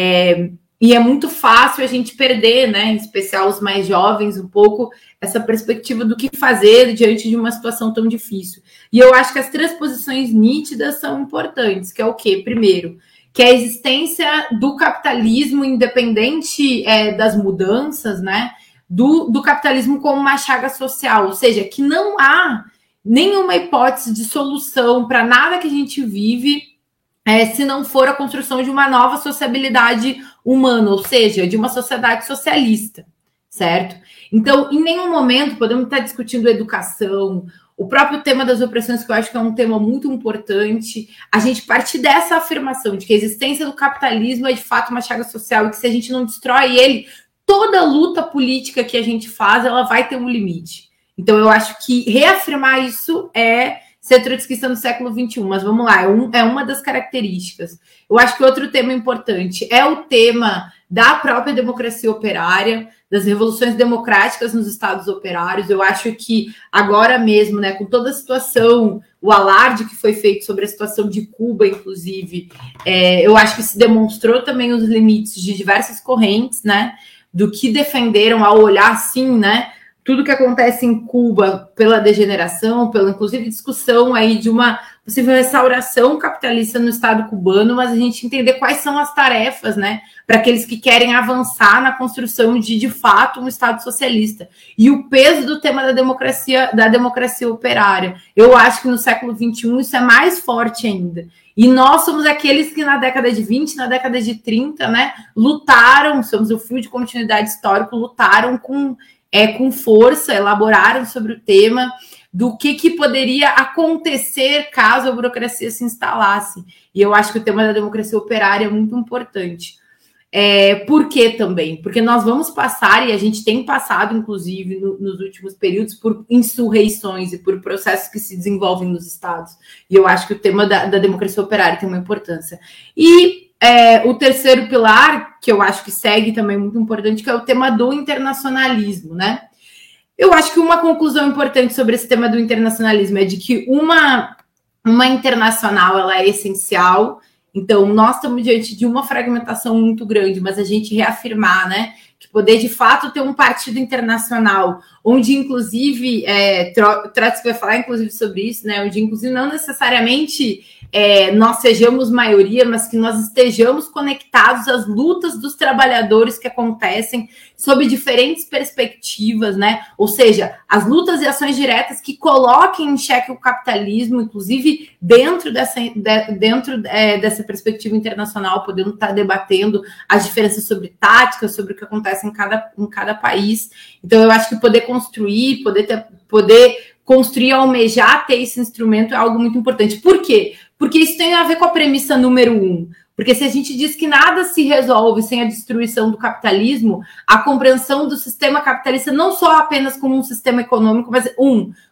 E é muito fácil a gente perder, né? Em especial os mais jovens, um pouco essa perspectiva do que fazer diante de uma situação tão difícil. E eu acho que as 3 posições nítidas são importantes, que é o quê? Primeiro, que é a existência do capitalismo independente das mudanças, né? Do capitalismo como uma chaga social, ou seja, que não há nenhuma hipótese de solução para nada que a gente vive se não for a construção de uma nova sociabilidade humana, ou seja, de uma sociedade socialista, certo? Então, em nenhum momento podemos estar discutindo educação, o próprio tema das opressões, que eu acho que é um tema muito importante, a gente parte dessa afirmação de que a existência do capitalismo é de fato uma chaga social e que se a gente não destrói ele, toda luta política que a gente faz, ela vai ter um limite. Então, eu acho que reafirmar isso é ser trotskista no século XXI. Mas vamos lá, é uma das características. Eu acho que outro tema importante é o tema da própria democracia operária, das revoluções democráticas nos estados operários. Eu acho que agora mesmo, né, com toda a situação, o alarde que foi feito sobre a situação de Cuba, inclusive, eu acho que se demonstrou também os limites de diversas correntes, né, do que defenderam ao olhar, sim, né, tudo que acontece em Cuba pela degeneração, pela, inclusive, discussão aí de uma possível restauração capitalista no Estado cubano, mas a gente entender quais são as tarefas, né, para aqueles que querem avançar na construção de fato, um Estado socialista. E o peso do tema da democracia operária. Eu acho que no século XXI isso é mais forte ainda. E nós somos aqueles que na década de 20, na década de 30, né, lutaram, somos o fio de continuidade histórico, lutaram com força, elaboraram sobre o tema do que poderia acontecer caso a burocracia se instalasse. E eu acho que o tema da democracia operária é muito importante. Por que também? Porque nós vamos passar, e a gente tem passado, inclusive, nos últimos períodos, por insurreições e por processos que se desenvolvem nos estados. E eu acho que o tema da democracia operária tem uma importância. E o terceiro pilar, que eu acho que segue também muito importante, que é o tema do internacionalismo, né? Eu acho que uma conclusão importante sobre esse tema do internacionalismo é de que uma internacional, ela é essencial. Então, nós estamos diante de uma fragmentação muito grande, mas a gente reafirmar, né, que poder, de fato, ter um partido internacional, onde, inclusive, Trotsky vai falar, inclusive, sobre isso, né, onde, inclusive, não necessariamente nós sejamos maioria, mas que nós estejamos conectados às lutas dos trabalhadores que acontecem sob diferentes perspectivas, né, ou seja, as lutas e ações diretas que coloquem em xeque o capitalismo, inclusive dentro dessa perspectiva internacional, podendo estar debatendo as diferenças sobre táticas, sobre o que acontece em cada país. Então, eu acho que poder construir, poder construir, almejar ter esse instrumento é algo muito importante. Por quê? Porque isso tem a ver com a premissa número 1. Porque se a gente diz que nada se resolve sem a destruição do capitalismo, a compreensão do sistema capitalista não só apenas como um sistema econômico, mas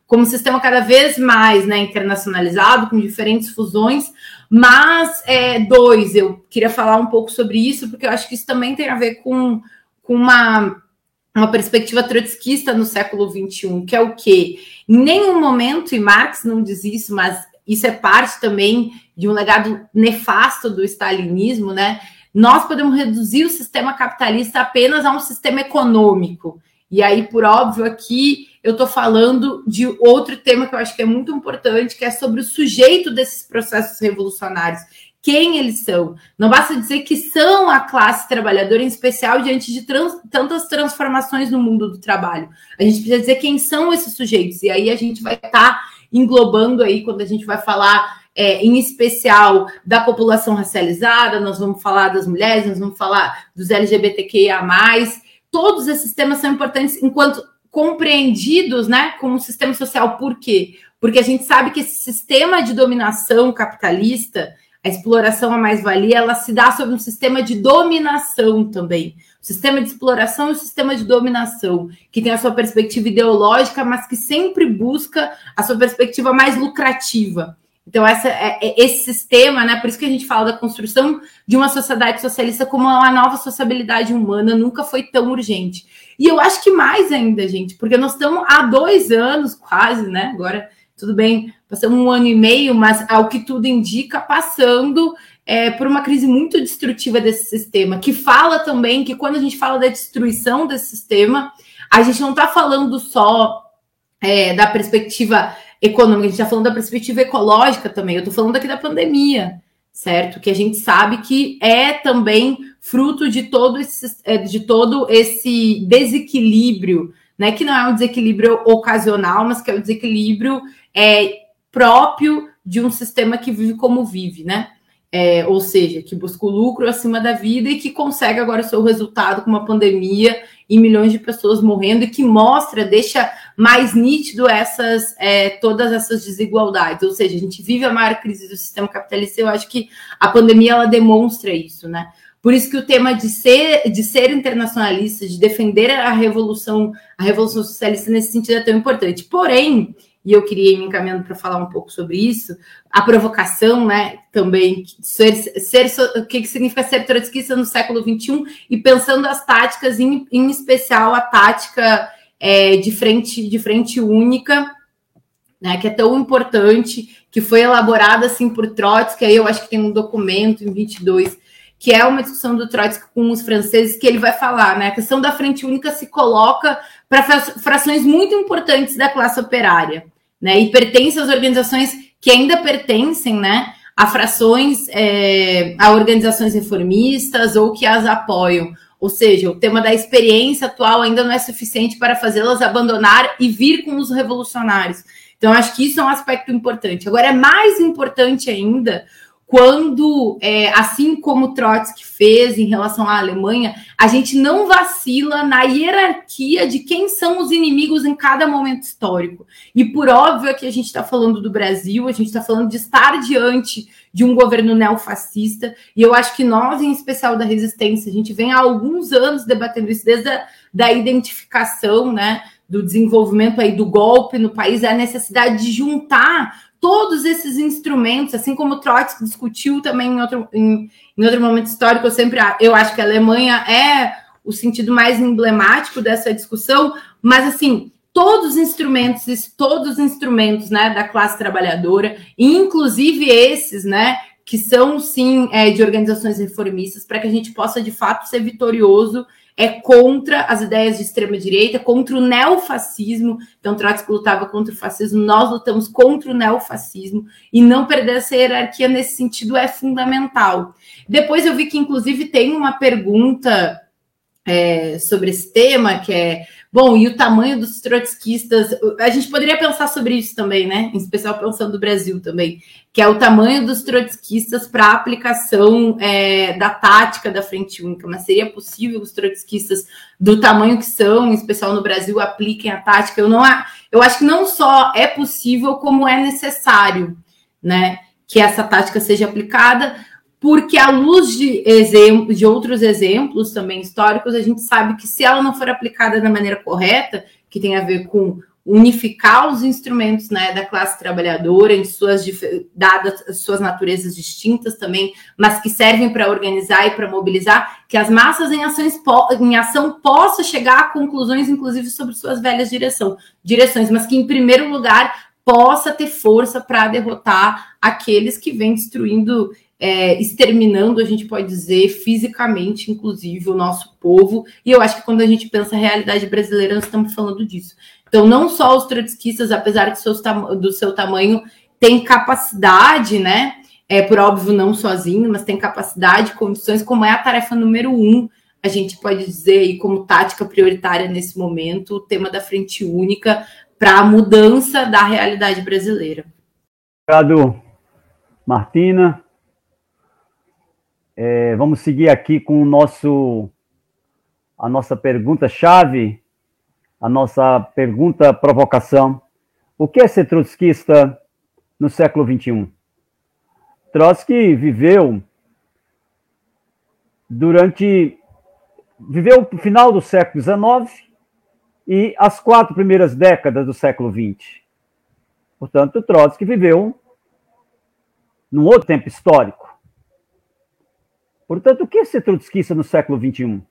como um sistema cada vez mais, né, internacionalizado, com diferentes fusões. Mas, eu queria falar um pouco sobre isso, porque eu acho que isso também tem a ver com uma perspectiva trotskista no século XXI, que é o quê? Em nenhum momento, e Marx não diz isso, mas isso é parte também de um legado nefasto do stalinismo, né? Nós podemos reduzir o sistema capitalista apenas a um sistema econômico. E aí, por óbvio, aqui eu estou falando de outro tema que eu acho que é muito importante, que é sobre o sujeito desses processos revolucionários. Quem eles são? Não basta dizer que são a classe trabalhadora, em especial diante de tantas transformações no mundo do trabalho. A gente precisa dizer quem são esses sujeitos. E aí a gente vai estar englobando aí, quando a gente vai falar em especial da população racializada, nós vamos falar das mulheres, nós vamos falar dos LGBTQIA+. Todos esses temas são importantes enquanto compreendidos, né, como um sistema social. Por quê? Porque a gente sabe que esse sistema de dominação capitalista, a exploração, a mais-valia, ela se dá sobre um sistema de dominação também. O sistema de exploração e o sistema de dominação, que tem a sua perspectiva ideológica, mas que sempre busca a sua perspectiva mais lucrativa. Então, esse sistema, né, por isso que a gente fala da construção de uma sociedade socialista como uma nova sociabilidade humana, nunca foi tão urgente. E eu acho que mais ainda, gente, porque nós estamos há 2 anos quase, né, agora, tudo bem, passamos 1 ano e meio, mas ao que tudo indica, passando por uma crise muito destrutiva desse sistema, que fala também que quando a gente fala da destruição desse sistema, a gente não está falando só da perspectiva econômica, a gente está falando da perspectiva ecológica também. Eu estou falando aqui da pandemia, certo? Que a gente sabe que é também fruto de todo esse desequilíbrio, né? Que não é um desequilíbrio ocasional, mas que é um desequilíbrio próprio de um sistema que vive como vive, né? Ou seja, que busca o lucro acima da vida e que consegue agora o seu resultado com uma pandemia e milhões de pessoas morrendo, e que deixa mais nítido todas essas desigualdades. Ou seja, a gente vive a maior crise do sistema capitalista, e eu acho que a pandemia ela demonstra isso, né? Por isso que o tema de ser internacionalista, de defender a revolução socialista nesse sentido é tão importante. Porém, e eu queria ir me encaminhando para falar um pouco sobre isso, a provocação, né, também, o que significa ser trotskista no século XXI, e pensando as táticas, em especial a tática de frente única, né, que é tão importante, que foi elaborada assim por Trotsky. Aí eu acho que tem um documento em 22, que é uma discussão do Trotsky com os franceses, que ele vai falar, né, a questão da frente única se coloca para frações muito importantes da classe operária, né, e pertence às organizações que ainda pertencem, né, a frações, a organizações reformistas ou que as apoiam. Ou seja, o tema da experiência atual ainda não é suficiente para fazê-las abandonar e vir com os revolucionários. Então, acho que isso é um aspecto importante. Agora, é mais importante ainda quando, assim como Trotsky fez em relação à Alemanha, a gente não vacila na hierarquia de quem são os inimigos em cada momento histórico. E por óbvio que a gente está falando do Brasil, a gente está falando de estar diante de um governo neofascista, e eu acho que nós, em especial da resistência, a gente vem há alguns anos debatendo isso, desde a identificação, né, do desenvolvimento aí do golpe no país, a necessidade de juntar todos esses instrumentos, assim como Trotsky discutiu também em outro momento histórico. Eu acho que a Alemanha é o sentido mais emblemático dessa discussão, mas assim, todos os instrumentos, né, da classe trabalhadora, inclusive esses, né, que são sim de organizações reformistas, para que a gente possa de fato ser vitorioso contra as ideias de extrema-direita, contra o neofascismo. Então, Trotsky lutava contra o fascismo, nós lutamos contra o neofascismo, e não perder essa hierarquia nesse sentido é fundamental. Depois eu vi que, inclusive, tem uma pergunta sobre esse tema, que é, bom, e o tamanho dos trotskistas? A gente poderia pensar sobre isso também, né? Em especial pensando no Brasil também, que é o tamanho dos trotskistas para a aplicação da tática da frente única. Mas seria possível os trotskistas do tamanho que são, em especial no Brasil, apliquem a tática? Eu acho que não só é possível, como é necessário, né, que essa tática seja aplicada, porque à luz de outros exemplos também históricos, a gente sabe que se ela não for aplicada da maneira correta, que tem a ver com unificar os instrumentos, né, da classe trabalhadora em dadas as suas naturezas distintas também, mas que servem para organizar e para mobilizar, que as massas em ação possam chegar a conclusões, inclusive, sobre suas velhas direções, mas que, em primeiro lugar, possa ter força para derrotar aqueles que vêm destruindo, exterminando, a gente pode dizer, fisicamente, inclusive, o nosso povo. E eu acho que quando a gente pensa a realidade brasileira, nós estamos falando disso. Então, não só os trotskistas, apesar do seu tamanho, têm capacidade, né? Por óbvio, não sozinho, mas tem capacidade, condições, como é a tarefa número 1, a gente pode dizer, e como tática prioritária nesse momento, o tema da frente única para a mudança da realidade brasileira. Obrigado, Martina. Vamos seguir aqui com a nossa pergunta-chave, a nossa pergunta-provocação. O que é ser trotskista no século XXI? Trotsky viveu o final do século XIX e as 4 primeiras décadas do século XX. Portanto, Trotsky viveu num outro tempo histórico. Portanto, o que é ser trotskista no século XXI?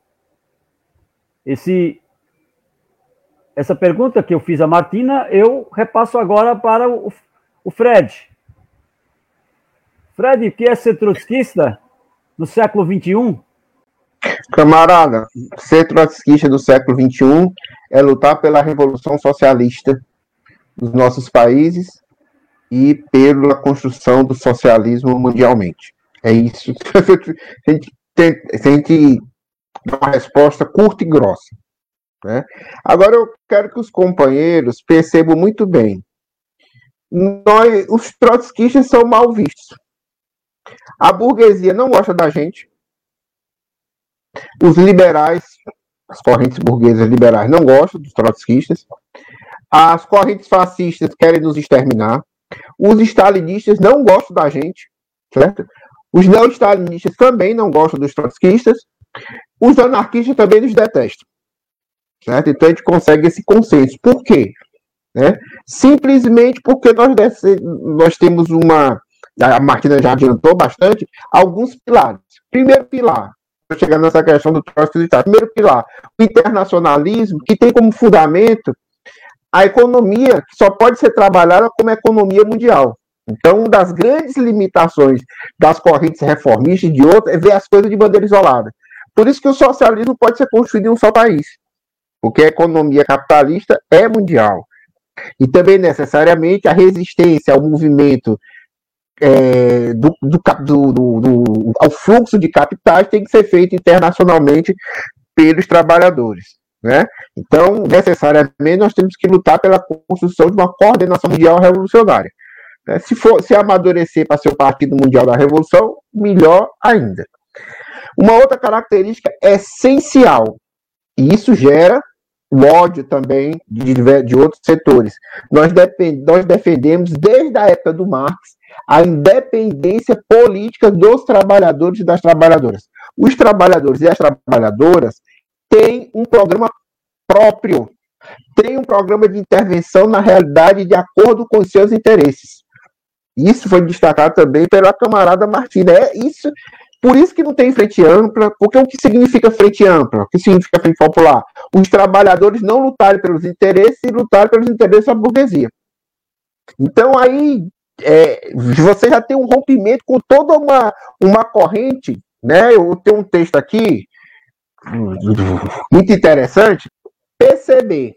Essa pergunta que eu fiz a Martina, eu repasso agora para o Fred. Fred, o que é ser trotskista no século XXI? Camarada, ser trotskista do século XXI é lutar pela revolução socialista dos nossos países e pela construção do socialismo mundialmente. É isso. A gente dá uma resposta curta e grossa, né? Agora eu quero que os companheiros percebam muito bem. Os trotskistas são mal vistos. A burguesia não gosta da gente. Os liberais, as correntes burguesas liberais, não gostam dos trotskistas. As correntes fascistas querem nos exterminar. Os stalinistas não gostam da gente, certo? Os não-stalinistas também não gostam dos trotskistas. Os anarquistas também nos detestam, certo? Então a gente consegue esse consenso. Por quê? Simplesmente porque nós temos a Martina já adiantou bastante, alguns pilares. Primeiro pilar, chegando nessa questão do Trotsky, primeiro pilar, o internacionalismo, que tem como fundamento a economia, que só pode ser trabalhada como economia mundial. Então, uma das grandes limitações das correntes reformistas e de outras é ver as coisas de maneira isolada. Por isso que o socialismo pode ser construído em um só país, porque a economia capitalista é mundial. E também, necessariamente, a resistência ao movimento ao fluxo de capitais tem que ser feito internacionalmente pelos trabalhadores, né? Então, necessariamente, nós temos que lutar pela construção de uma coordenação mundial revolucionária. Se amadurecer para ser o Partido Mundial da Revolução, melhor ainda. Uma outra característica essencial, e isso gera o ódio também de outros setores. Nós defendemos, desde a época do Marx, a independência política dos trabalhadores e das trabalhadoras. Os trabalhadores e as trabalhadoras têm um programa próprio, têm um programa de intervenção na realidade de acordo com os seus interesses. Isso foi destacado também pela camarada Martina. Por isso que não tem frente ampla, porque o que significa frente ampla? O que significa frente popular? Os trabalhadores não lutarem pelos interesses e lutarem pelos interesses da burguesia. Então, aí, você já tem um rompimento com toda uma corrente, né? Eu tenho um texto aqui, muito interessante, PCB.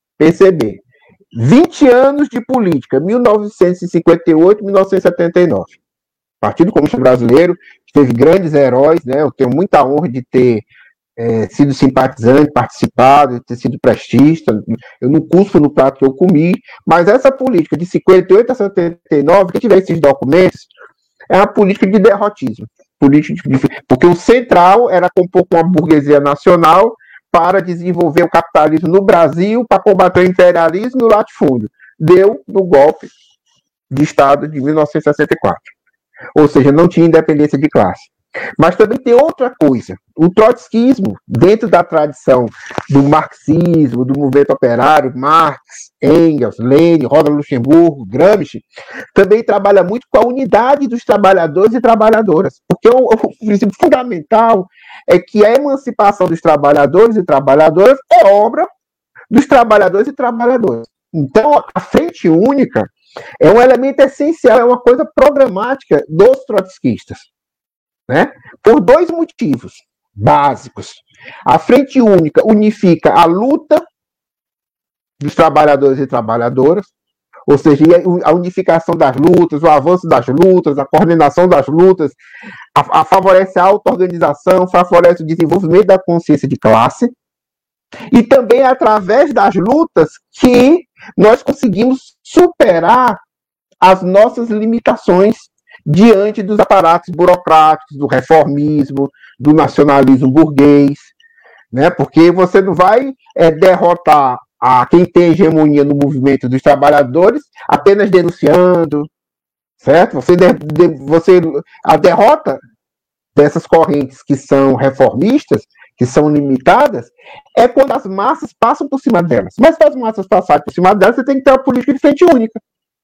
20 anos de política, 1958, 1979. Partido Comunista Brasileiro teve grandes heróis, né? Eu tenho muita honra de ter sido simpatizante, participado, de ter sido prestista. Eu não cuspo no prato que eu comi, mas essa política de 58 a 79, que tiver esses documentos, é uma política de derrotismo. Porque o central era compor com a burguesia nacional para desenvolver o capitalismo no Brasil, para combater o imperialismo e o latifúndio. Deu no golpe de Estado de 1964. Ou seja, não tinha independência de classe. Mas também tem outra coisa. O trotskismo, dentro da tradição do marxismo, do movimento operário, Marx, Engels, Lenin, Rosa Luxemburgo, Gramsci, também trabalha muito com a unidade dos trabalhadores e trabalhadoras. Porque o princípio fundamental é que a emancipação dos trabalhadores e trabalhadoras é obra dos trabalhadores e trabalhadoras. Então, a frente única é um elemento essencial, é uma coisa programática dos trotskistas. Né? Por dois motivos básicos. A frente única unifica a luta dos trabalhadores e trabalhadoras, ou seja, a unificação das lutas, o avanço das lutas, a coordenação das lutas, favorece a auto-organização, favorece o desenvolvimento da consciência de classe, e também através das lutas que nós conseguimos superar as nossas limitações diante dos aparatos burocráticos, do reformismo, do nacionalismo burguês, né? Porque você não vai derrotar a quem tem hegemonia no movimento dos trabalhadores apenas denunciando, certo? A derrota dessas correntes que são reformistas, que são limitadas, é quando as massas passam por cima delas. Mas para as massas passarem por cima delas, você tem que ter uma política de frente única.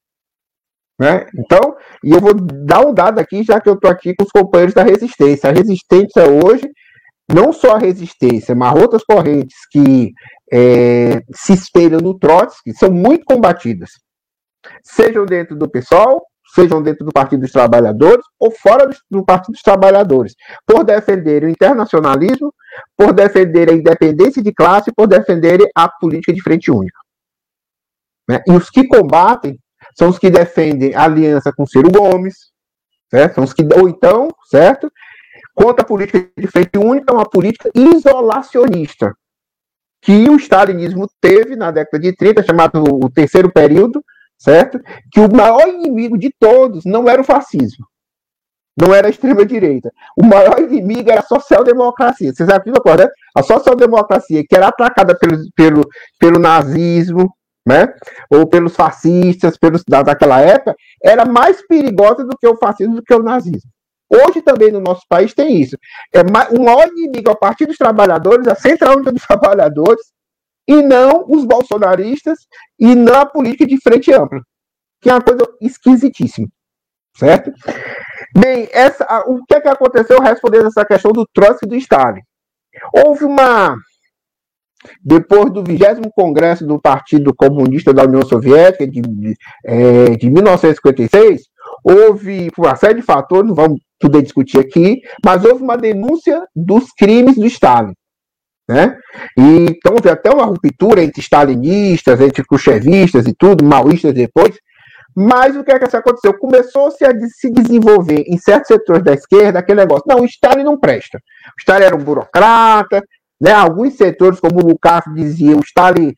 Né? Então, e eu vou dar um dado aqui, já que eu estou aqui com os companheiros da resistência. A resistência hoje, não só a resistência, mas outras correntes que se espelham no Trotsky, são muito combatidas. Sejam dentro do PSOL, sejam dentro do Partido dos Trabalhadores, ou fora do Partido dos Trabalhadores, por defenderem o internacionalismo, por defenderem a independência de classe, por defenderem a política de frente única. Né? E os que combatem são os que defendem a aliança com Ciro Gomes, certo? São os que, ou então, certo? Contra a política de frente única, uma política isolacionista, que o stalinismo teve na década de 30, chamado o terceiro período, certo? Que o maior inimigo de todos não era o fascismo, não era a extrema-direita. O maior inimigo era a social-democracia. Vocês acreditam, né? A social-democracia, que era atacada pelo nazismo, né? Ou pelos fascistas, daquela época, era mais perigosa do que o fascismo, do que o nazismo. Hoje também no nosso país tem isso. O maior inimigo é o Partido dos Trabalhadores, a Central Única dos Trabalhadores, e não os bolsonaristas, e não a política de frente ampla, que é uma coisa esquisitíssima, certo? Bem, o que é que aconteceu respondendo essa questão do Trotsky e do Stalin? Houve depois do 20º Congresso do Partido Comunista da União Soviética, de 1956, houve, por uma série de fatores, não vamos poder discutir aqui, mas houve uma denúncia dos crimes do Stalin. Né? E, então houve até uma ruptura entre stalinistas, entre khrushchevistas e tudo, maoístas depois, mas o que é que aconteceu? Começou-se a se desenvolver em certos setores da esquerda aquele negócio, não, o Stalin não presta, o Stalin era um burocrata, né? Alguns setores, como o Lukács dizia, o Stalin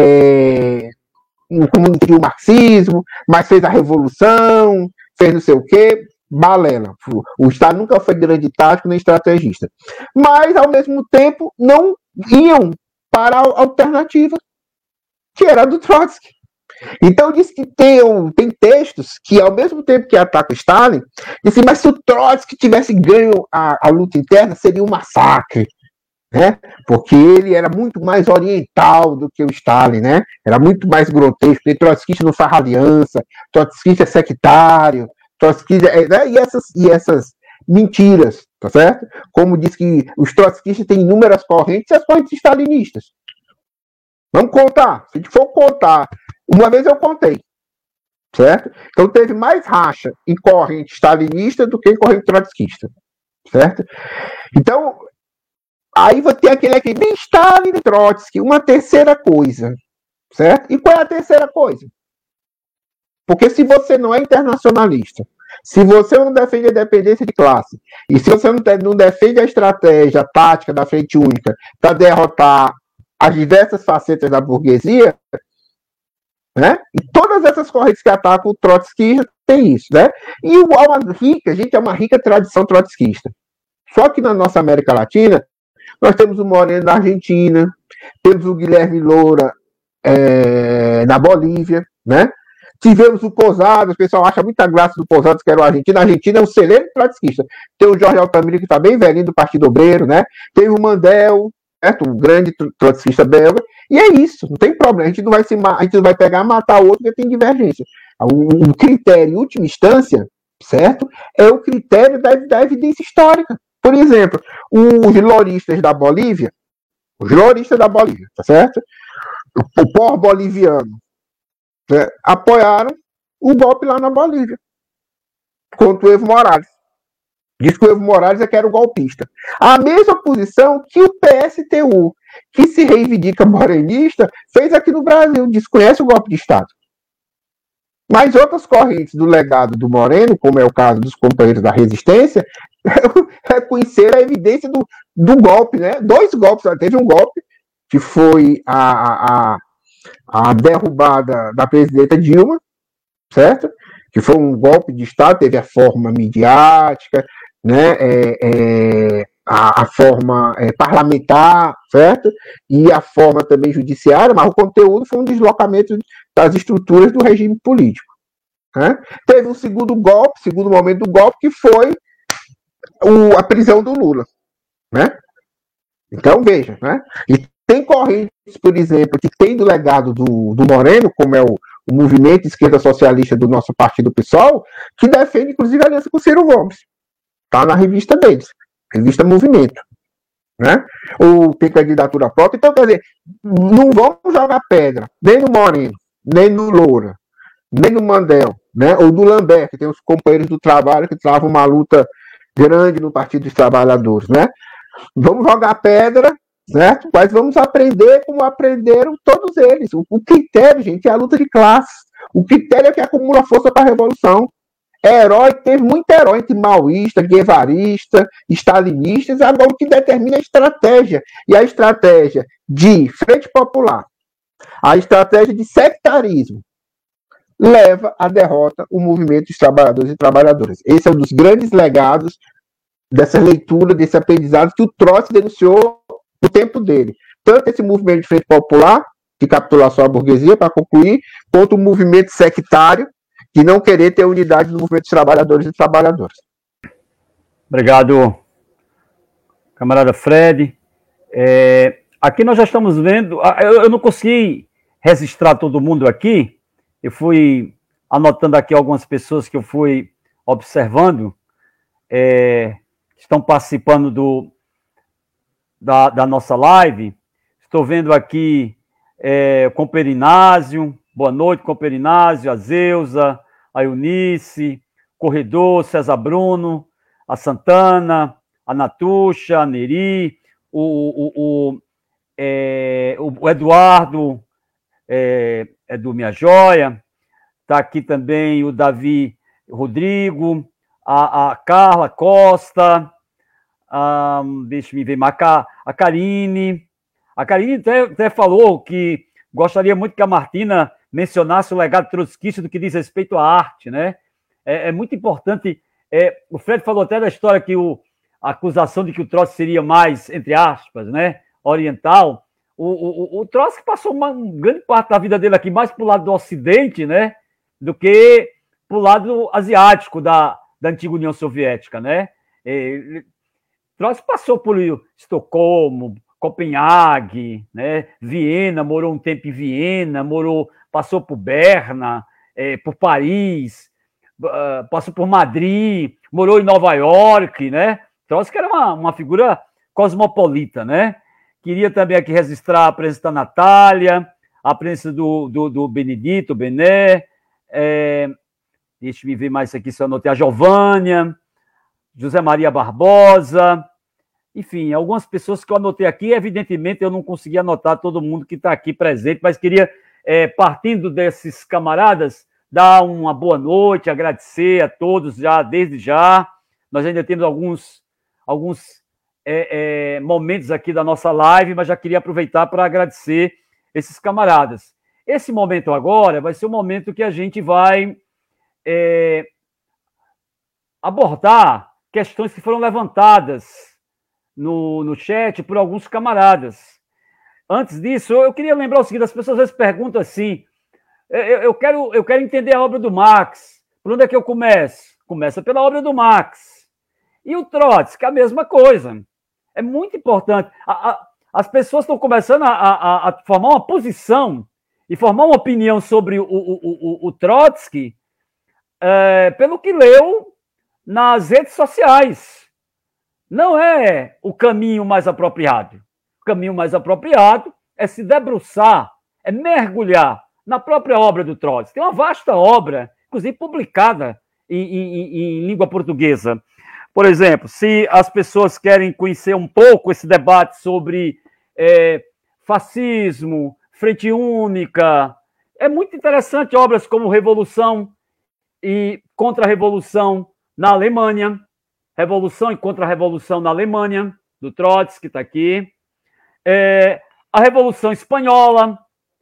comunicou o marxismo, mas fez a revolução, fez não sei o quê, balela. O Stalin nunca foi grande tático nem estrategista. Mas, ao mesmo tempo, não iam para a alternativa, que era a do Trotsky. Então, diz que tem textos que, ao mesmo tempo que atacam o Stalin, dizem, mas se o Trotsky tivesse ganho a luta interna, seria um massacre. Né? Porque ele era muito mais oriental do que o Stalin, né? Era muito mais grotesco. O trotskista não faz aliança, o trotskista é sectário, trotskista né? e essas mentiras, tá certo? Como diz que os trotskistas têm inúmeras correntes e as correntes stalinistas. Vamos contar. Se a gente for contar, uma vez eu contei, certo? Então teve mais racha em corrente stalinista do que em corrente trotskista, certo? Então aí vai ter aquele aqui, bem Stalin e Trotsky, uma terceira coisa, certo? E qual é a terceira coisa? Porque se você não é internacionalista, se você não defende a independência de classe, e se você não defende a estratégia tática da frente única para derrotar as diversas facetas da burguesia, né? E todas essas correntes que atacam o Trotsky tem isso, né? E a gente é uma rica tradição trotskista. Só que na nossa América Latina, nós temos o Moreno da Argentina, temos o Guilherme Loura na Bolívia, né? Tivemos o Posadas, o pessoal acha muita graça do Posadas, que era o argentino. A Argentina é um celeiro trotskista. Tem o Jorge Altamira, que está bem velhinho, do Partido Obreiro, né? Teve o Mandel, certo? Um grande trotskista belga. E é isso, não tem problema. A gente não vai pegar e matar o outro porque tem divergência. O critério, em última instância, certo? É o critério da evidência histórica. Por exemplo, os loristas da Bolívia, tá certo? O povo boliviano, né, apoiaram o golpe lá na Bolívia contra o Evo Morales. Diz que o Evo Morales é que era o golpista. A mesma posição que o PSTU, que se reivindica morenista, fez aqui no Brasil, desconhece o golpe de Estado. Mas outras correntes do legado do Moreno, como é o caso dos companheiros da resistência, reconheceram a evidência do golpe, né? 2 golpes. Teve um golpe que foi a derrubada da presidenta Dilma, certo? Que foi um golpe de Estado, teve a forma midiática, né? A forma parlamentar, certo? E a forma também judiciária, mas o conteúdo foi um deslocamento das estruturas do regime político. Né? Teve um segundo momento do golpe, que foi a prisão do Lula. Né? Então, veja, né? E tem correntes, por exemplo, que tem do legado do Moreno, como é o movimento esquerda socialista do nosso partido PSOL, que defende, inclusive, a aliança com o Ciro Gomes. Está na revista deles, revista Movimento. Né? Ou tem candidatura própria. Então, quer dizer, não vamos jogar pedra nem no Moreno, nem no Loura, nem no Mandel, né? Ou do Lambert, que tem os companheiros do trabalho que travam uma luta grande no Partido dos Trabalhadores. Né? Vamos jogar pedra, certo? Mas vamos aprender como aprenderam todos eles. O critério, gente, é a luta de classes. O critério é que acumula força para a revolução. Teve muito herói entre maoísta, guevarista, stalinistas. Agora, o que determina é a estratégia. E a estratégia de Frente Popular, a estratégia de sectarismo, leva à derrota o movimento dos trabalhadores e trabalhadoras. Esse é um dos grandes legados dessa leitura, desse aprendizado que o Trotsky denunciou no tempo dele. Tanto esse movimento de Frente Popular, de capitulação à burguesia, para concluir, quanto o movimento sectário, de não querer ter unidade no movimento dos trabalhadores e trabalhadoras. Obrigado, camarada Fred. Aqui nós já estamos vendo... Eu não consegui registrar todo mundo aqui. Eu fui anotando aqui algumas pessoas que eu fui observando. Estão participando da nossa live. Estou vendo aqui o Comperinácio. Boa noite, Comperinácio, a Zeusa, a Eunice, Corredor, César Bruno, a Santana, a Natuxa, a Neri, o Eduardo, do Minha Joia, está aqui também o Davi Rodrigo, a Carla Costa, deixa eu ver, a Karine. A Karine até falou que gostaria muito que a Martina mencionasse o legado trotskista do que diz respeito à arte, né? É muito importante. O Fred falou até da história que a acusação de que o Trotsky seria mais, entre aspas, né, oriental. O Trotsky passou uma grande parte da vida dele aqui mais para o lado do Ocidente, né, do que para o lado asiático da antiga União Soviética, né? Trotsky passou por Estocolmo, Copenhague, né? Viena, morou um tempo em Viena, passou por Berna, por Paris, passou por Madrid, morou em Nova York, né? Trotsky era uma figura cosmopolita, né? Queria também aqui registrar a presença da Natália, a presença do Benedito, Bené, deixa eu ver mais aqui se eu anotei, a Giovânia, José Maria Barbosa, enfim, algumas pessoas que eu anotei aqui, evidentemente eu não consegui anotar todo mundo que está aqui presente, mas queria, partindo desses camaradas, dar uma boa noite, agradecer a todos já, desde já. Nós ainda temos alguns momentos aqui da nossa live, mas já queria aproveitar para agradecer esses camaradas. Esse momento agora vai ser o momento que a gente vai abordar questões que foram levantadas no chat por alguns camaradas. Antes disso, eu queria lembrar o seguinte: as pessoas às vezes perguntam assim, eu quero entender a obra do Marx. Por onde é que eu começo? Começa pela obra do Marx. E o Trotsky, a mesma coisa. É muito importante. As pessoas estão começando a formar uma posição e formar uma opinião sobre o Trotsky pelo que leu nas redes sociais. Não é o caminho mais apropriado. O caminho mais apropriado é se debruçar, é mergulhar na própria obra do Trotsky. Tem uma vasta obra, inclusive publicada em língua portuguesa. Por exemplo, se as pessoas querem conhecer um pouco esse debate sobre fascismo, frente única, é muito interessante obras como Revolução e Contra-Revolução na Alemanha, Revolução e Contra-Revolução na Alemanha, do Trotsky, que está aqui, a Revolução Espanhola,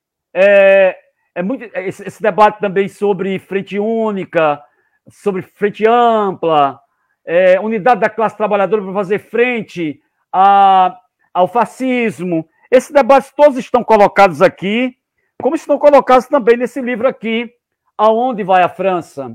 muito esse debate também sobre frente única, sobre frente ampla, unidade da classe trabalhadora para fazer frente ao fascismo. Esses debates todos estão colocados aqui, como estão colocados também nesse livro aqui, Aonde Vai a França?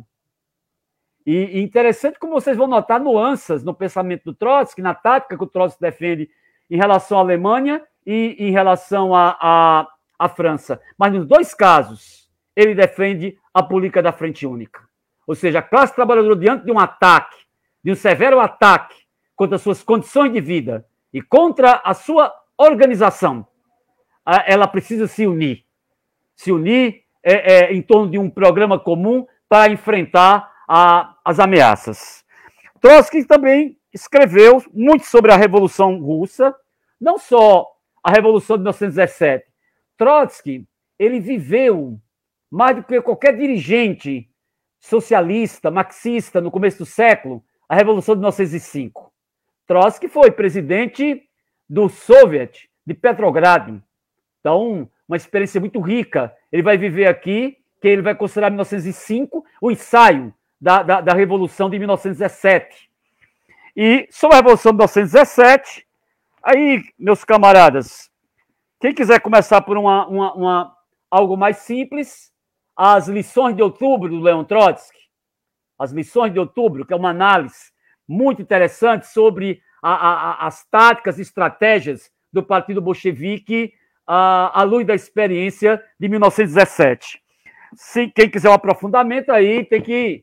E interessante como vocês vão notar nuances no pensamento do Trotsky, na tática que o Trotsky defende em relação à Alemanha e em relação à França. Mas nos dois casos, ele defende a política da frente única. Ou seja, a classe trabalhadora, diante de um ataque, de um severo ataque contra as suas condições de vida e contra a sua organização, ela precisa se unir. Se unir em torno de um programa comum para enfrentar as ameaças. Trotsky também escreveu muito sobre a Revolução Russa, não só a Revolução de 1917. Trotsky, ele viveu mais do que qualquer dirigente socialista, marxista, no começo do século, a Revolução de 1905. Trotsky foi presidente do Soviet de Petrogrado. Então, uma experiência muito rica. Ele vai viver aqui, que ele vai considerar 1905 o ensaio da Revolução de 1917. E sobre a Revolução de 1917, aí, meus camaradas, quem quiser começar por algo mais simples, as lições de outubro do Leon Trotsky, as lições de outubro, que é uma análise muito interessante sobre as táticas e estratégias do Partido Bolchevique à luz da experiência de 1917. Se quem quiser um aprofundamento, aí tem que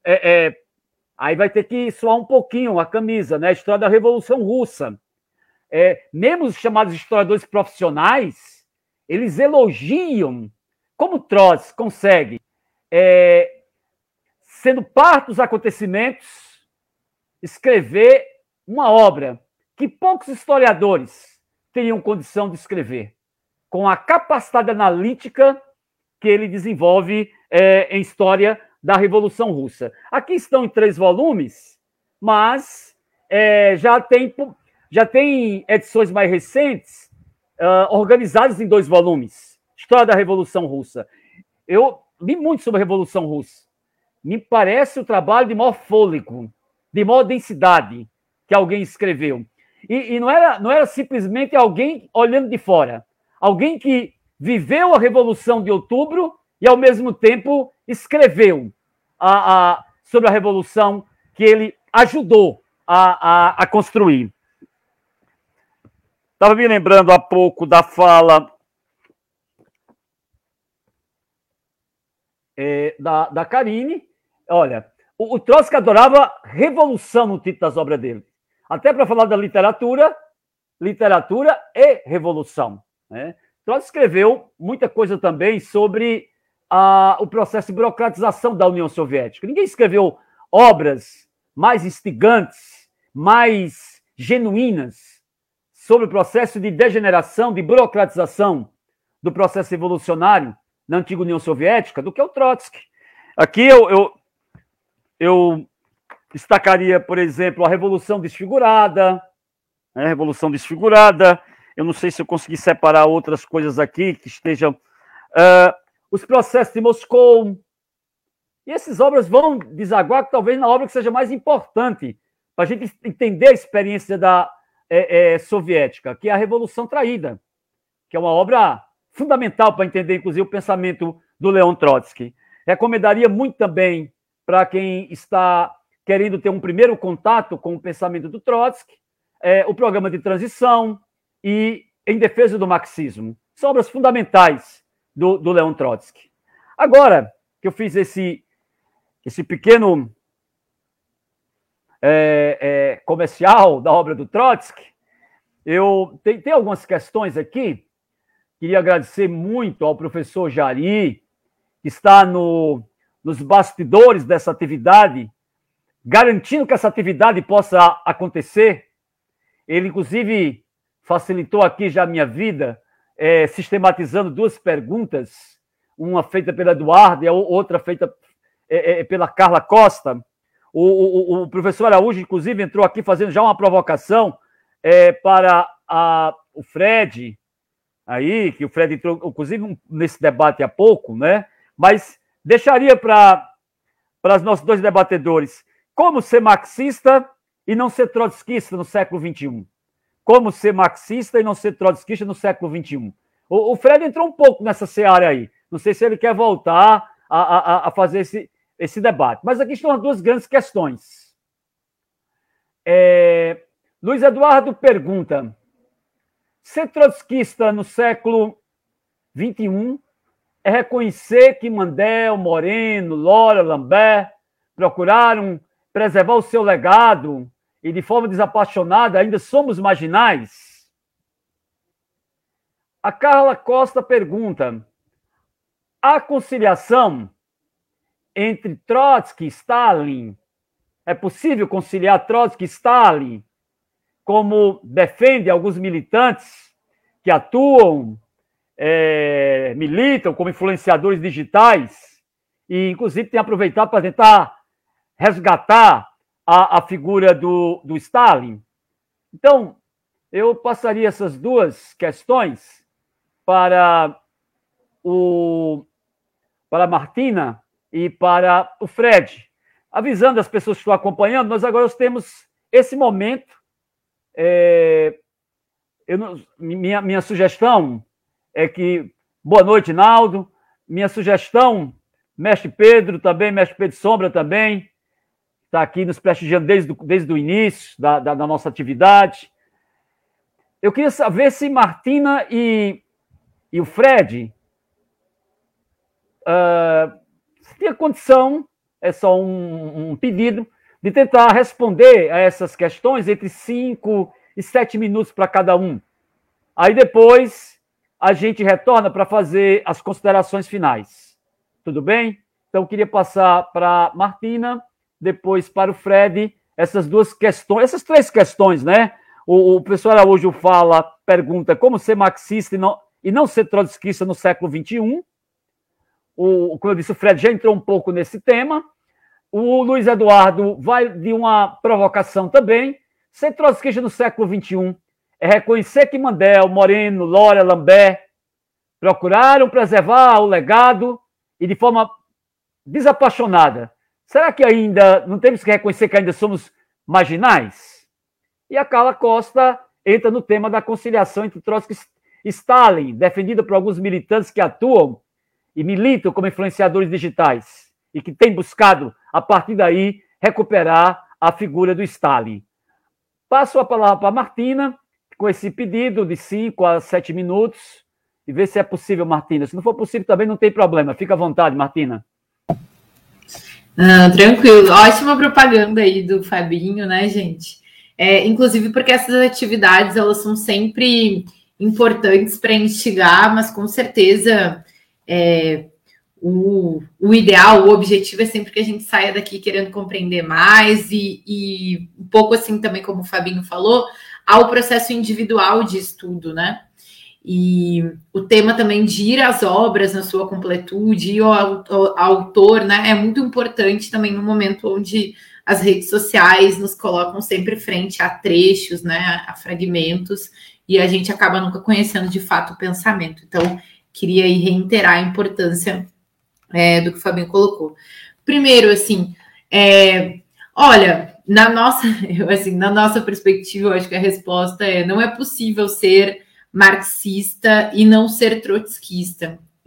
aí vai ter que suar um pouquinho a camisa, né? A história da Revolução Russa. Mesmo os chamados historiadores profissionais, eles elogiam como Trotsky consegue, sendo parte dos acontecimentos, escrever uma obra que poucos historiadores teriam condição de escrever, com a capacidade analítica que ele desenvolve em História da Revolução Russa. Aqui estão em 3 volumes, mas já tem edições mais recentes organizadas em 2 volumes. História da Revolução Russa. Eu li muito sobre a Revolução Russa. Me parece o trabalho de maior fôlego, de maior densidade que alguém escreveu. E não era simplesmente alguém olhando de fora. Alguém que viveu a Revolução de Outubro e, ao mesmo tempo, escreveu sobre a Revolução que ele ajudou a construir. Estava me lembrando há pouco da fala da Karine. Olha, o Trotsky adorava revolução no título das obras dele. Até para falar da literatura e revolução. Né? Trotsky escreveu muita coisa também sobre o processo de burocratização da União Soviética. Ninguém escreveu obras mais instigantes, mais genuínas sobre o processo de degeneração, de burocratização do processo evolucionário na antiga União Soviética do que o Trotsky. Aqui eu destacaria, por exemplo, a Revolução Desfigurada, né? Revolução Desfigurada. Eu não sei se eu consegui separar outras coisas aqui que estejam... os processos de Moscou. E essas obras vão desaguar, talvez, na obra que seja mais importante para a gente entender a experiência soviética, que é a Revolução Traída, que é uma obra fundamental para entender, inclusive, o pensamento do Leon Trotsky. Recomendaria muito também para quem está querendo ter um primeiro contato com o pensamento do Trotsky, o Programa de Transição e Em Defesa do Marxismo. São obras fundamentais do Leon Trotsky. Agora que eu fiz esse pequeno comercial da obra do Trotsky, eu tenho algumas questões aqui. Queria agradecer muito ao professor Jari, que está nos bastidores dessa atividade, garantindo que essa atividade possa acontecer. Ele, inclusive, facilitou aqui já a minha vida, sistematizando duas perguntas, uma feita pela Eduardo e a outra feita pela Carla Costa. O professor Araújo, inclusive, entrou aqui fazendo já uma provocação para o Fred, aí, que o Fred entrou, inclusive, nesse debate há pouco, né? Mas deixaria para os nossos dois debatedores como ser marxista e não ser trotskista no século XXI. Como ser marxista e não ser trotskista no século XXI. O Fred entrou um pouco nessa seara aí. Não sei se ele quer voltar a fazer esse debate. Mas aqui estão as duas grandes questões. Luiz Eduardo pergunta: ser trotskista no século XXI é reconhecer que Mandel, Moreno, Lora, Lambert procuraram preservar o seu legado e, de forma desapaixonada, ainda somos marginais? A Carla Costa pergunta: a conciliação entre Trotsky e Stalin, é possível conciliar Trotsky e Stalin, como defendem alguns militantes que atuam, militam como influenciadores digitais e, inclusive, têm aproveitado para tentar resgatar a figura do Stalin? Então, eu passaria essas duas questões para a Martina e para o Fred. Avisando as pessoas que estão acompanhando, nós agora temos esse momento. Minha sugestão é que... Boa noite, Naldo. Minha sugestão, mestre Pedro também, mestre Pedro Sombra também, está aqui nos prestigiando desde o início da nossa atividade. Eu queria saber se Martina e o Fred tinha condição, é só um pedido, de tentar responder a essas questões entre 5 e 7 minutos para cada um. Aí depois a gente retorna para fazer as considerações finais. Tudo bem? Então, eu queria passar para a Martina, depois para o Fred, essas duas questões, essas três questões, né? O professor Araújo pergunta como ser marxista e não ser trotskista no século XXI. Como eu disse, o Fred já entrou um pouco nesse tema. O Luiz Eduardo vai de uma provocação também. Ser trotskista no século XXI é reconhecer que Mandel, Moreno, Lora, Lambert procuraram preservar o legado e de forma desapaixonada. Será que ainda não temos que reconhecer que ainda somos marginais? E a Carla Costa entra no tema da conciliação entre Trotsky e Stalin, defendida por alguns militantes que atuam e militam como influenciadores digitais e que têm buscado, a partir daí, recuperar a figura do Stalin. Passo a palavra para a Martina, com esse pedido de 5 a 7 minutos, e ver se é possível, Martina. Se não for possível, também não tem problema. Fica à vontade, Martina. Tranquilo. Ótima propaganda aí do Fabinho, né, gente? Inclusive porque essas atividades, elas são sempre importantes para instigar, mas com certeza o ideal, o objetivo é sempre que a gente saia daqui querendo compreender mais e um pouco assim também, como o Fabinho falou, ao processo individual de estudo, né? E o tema também de ir às obras na sua completude e ao autor, né? É muito importante também no momento onde as redes sociais nos colocam sempre frente a trechos, né? A fragmentos, e a gente acaba nunca conhecendo de fato o pensamento. Então, queria aí reiterar a importância do que o Fabinho colocou. Primeiro, assim, olha, na nossa perspectiva, eu acho que a resposta não é possível ser marxista e não ser trotskista.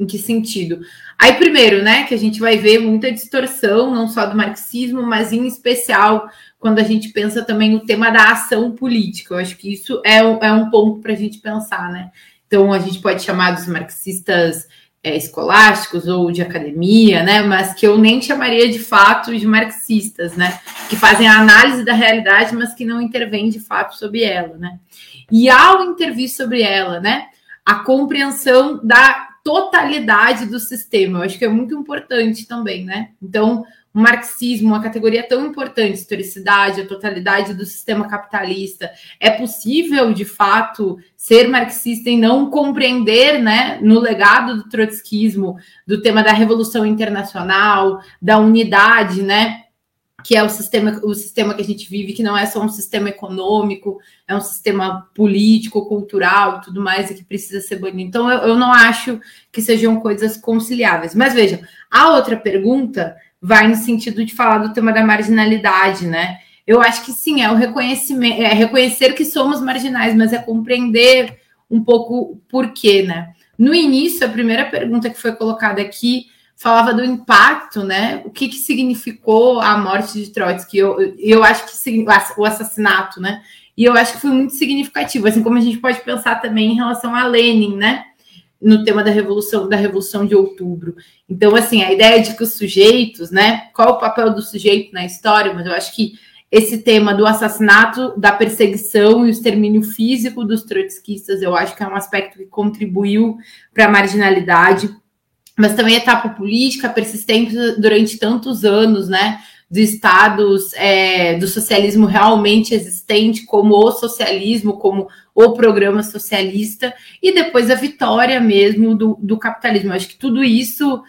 Em que sentido? Aí, primeiro, né, que a gente vai ver muita distorção, não só do marxismo, mas em especial quando a gente pensa também no tema da ação política. Eu acho que isso é um ponto para a gente pensar, né? Então, a gente pode chamar dos marxistas escolásticos ou de academia, né? Mas que eu nem chamaria de fato de marxistas, né? Que fazem a análise da realidade, mas que não intervêm de fato sobre ela, né? E ao intervir sobre ela, né? A compreensão da totalidade do sistema, eu acho que é muito importante também, né? Então, o marxismo, uma categoria tão importante, historicidade, a totalidade do sistema capitalista, é possível, de fato, ser marxista e não compreender, né, no legado do trotskismo, do tema da Revolução Internacional, da unidade, né, que é o sistema que a gente vive, que não é só um sistema econômico, é um sistema político, cultural, tudo mais, e que precisa ser banido. Então, eu não acho que sejam coisas conciliáveis. Mas vejam, a outra pergunta vai no sentido de falar do tema da marginalidade, né? Eu acho que sim, é o reconhecimento, é reconhecer que somos marginais, mas é compreender um pouco o porquê, né? No início, a primeira pergunta que foi colocada aqui falava do impacto, né? O que significou a morte de Trotsky? Eu acho que o assassinato, né? E eu acho que foi muito significativo, assim como a gente pode pensar também em relação a Lenin, né? No tema da Revolução de Outubro. Então, assim, a ideia de que os sujeitos, né? Qual o papel do sujeito na história? Mas eu acho que esse tema do assassinato, da perseguição e o extermínio físico dos trotskistas, eu acho que é um aspecto que contribuiu para a marginalidade, mas também a etapa política persistente durante tantos anos, né? Dos estados do socialismo realmente existente, como o socialismo, como o programa socialista, e depois a vitória mesmo do capitalismo. Eu acho que tudo isso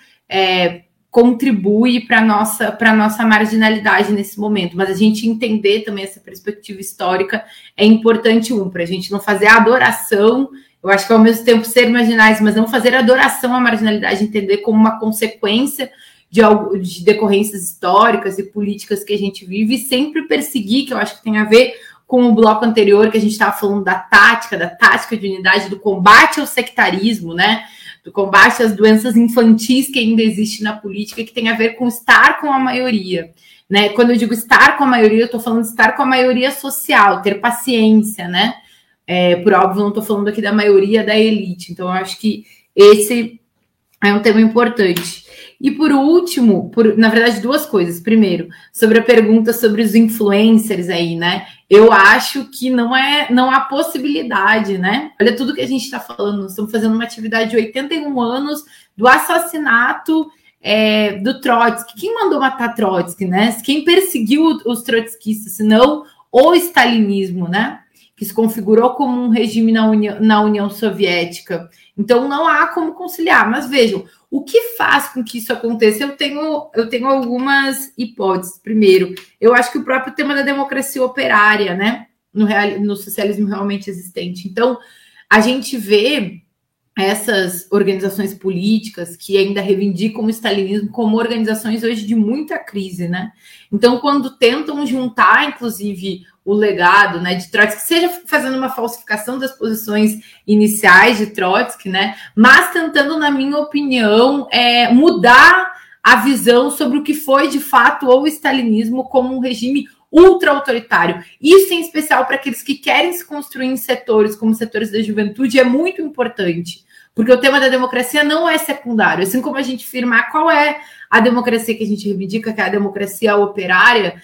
contribui para a nossa marginalidade nesse momento, mas a gente entender também essa perspectiva histórica é importante, para a gente não fazer a adoração. Eu acho que ao mesmo tempo ser marginais, mas não fazer adoração à marginalidade, entender como uma consequência de decorrências históricas e políticas que a gente vive, e sempre perseguir, que eu acho que tem a ver com o bloco anterior, que a gente estava falando da tática de unidade, do combate ao sectarismo, né? Do combate às doenças infantis que ainda existe na política, que tem a ver com estar com a maioria, né? Quando eu digo estar com a maioria, eu estou falando de estar com a maioria social, ter paciência, né? Por óbvio, não estou falando aqui da maioria da elite. Então, eu acho que esse é um tema importante. E por último, na verdade, duas coisas. Primeiro, sobre a pergunta sobre os influencers aí, né? Eu acho que não há possibilidade, né? Olha tudo que a gente está falando. Nós estamos fazendo uma atividade de 81 anos do assassinato do Trotsky. Quem mandou matar Trotsky, né? Quem perseguiu os trotskistas, senão o stalinismo, né? Que se configurou como um regime na União Soviética. Então, não há como conciliar. Mas vejam, o que faz com que isso aconteça? Eu tenho algumas hipóteses. Primeiro, eu acho que o próprio tema da democracia operária, né? No socialismo realmente existente. Então, a gente vê essas organizações políticas que ainda reivindicam o stalinismo como organizações hoje de muita crise, né? Então, quando tentam juntar, inclusive, o legado, né, de Trotsky, seja fazendo uma falsificação das posições iniciais de Trotsky, né, mas tentando, na minha opinião, mudar a visão sobre o que foi, de fato, o stalinismo como um regime ultra-autoritário. Isso, em especial, para aqueles que querem se construir em setores, como setores da juventude, é muito importante, porque o tema da democracia não é secundário. Assim como a gente afirmar qual é a democracia que a gente reivindica, que é a democracia operária,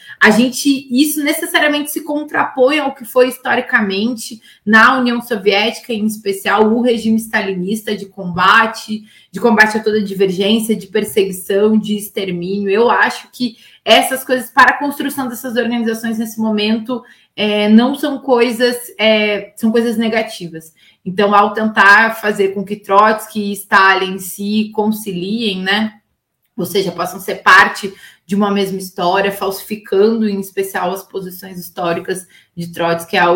isso necessariamente se contrapõe ao que foi historicamente na União Soviética, em especial o regime stalinista de combate a toda divergência, de perseguição, de extermínio. Eu acho que essas coisas, para a construção dessas organizações nesse momento, não são coisas, são coisas negativas. Então, ao tentar fazer com que Trotsky e Stalin se conciliem, né? Ou seja, possam ser parte de uma mesma história, falsificando, em especial, as posições históricas de Trotsky, é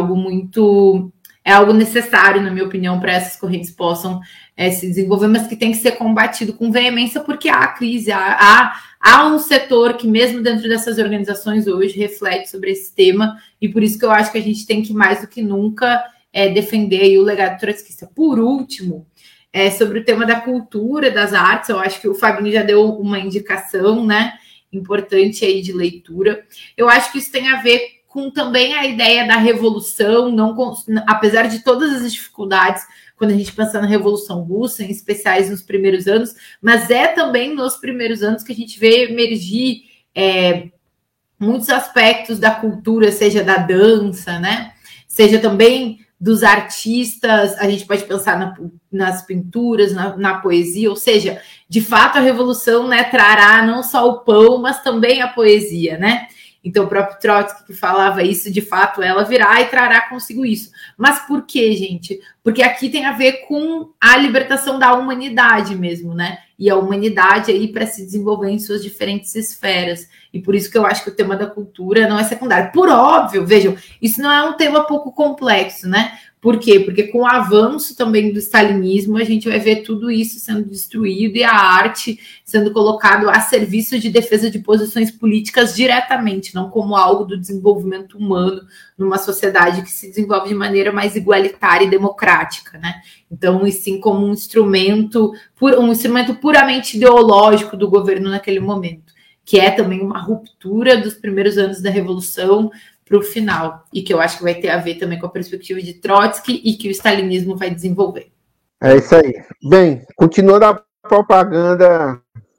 algo necessário, na minha opinião, para essas correntes possam se desenvolver, mas que tem que ser combatido com veemência, porque há crise, há um setor que, mesmo dentro dessas organizações hoje, reflete sobre esse tema, e por isso que eu acho que a gente tem que, mais do que nunca, defender aí o legado trotskista. Por último, sobre o tema da cultura, das artes. Eu acho que o Fabinho já deu uma indicação, né, importante aí de leitura. Eu acho que isso tem a ver com também a ideia da revolução, apesar de todas as dificuldades, quando a gente pensa na Revolução Russa, em especiais nos primeiros anos, mas é também nos primeiros anos que a gente vê emergir muitos aspectos da cultura, seja da dança, né? Seja também dos artistas, a gente pode pensar nas pinturas, na poesia, ou seja, de fato a Revolução, né, trará não só o pão, mas também a poesia, né? Então, o próprio Trotsky que falava isso, de fato, ela virá e trará consigo isso. Mas por quê, gente? Porque aqui tem a ver com a libertação da humanidade mesmo, né? E a humanidade aí para se desenvolver em suas diferentes esferas. E por isso que eu acho que o tema da cultura não é secundário. Por óbvio, vejam, isso não é um tema pouco complexo, né? Por quê? Porque com o avanço também do stalinismo, a gente vai ver tudo isso sendo destruído e a arte sendo colocado a serviço de defesa de posições políticas diretamente, não como algo do desenvolvimento humano numa sociedade que se desenvolve de maneira mais igualitária e democrática, né? Então, e sim como um instrumento puramente ideológico do governo naquele momento, que é também uma ruptura dos primeiros anos da Revolução para o final, e que eu acho que vai ter a ver também com a perspectiva de Trotsky e que o stalinismo vai desenvolver. É isso aí. Bem, continuando a propaganda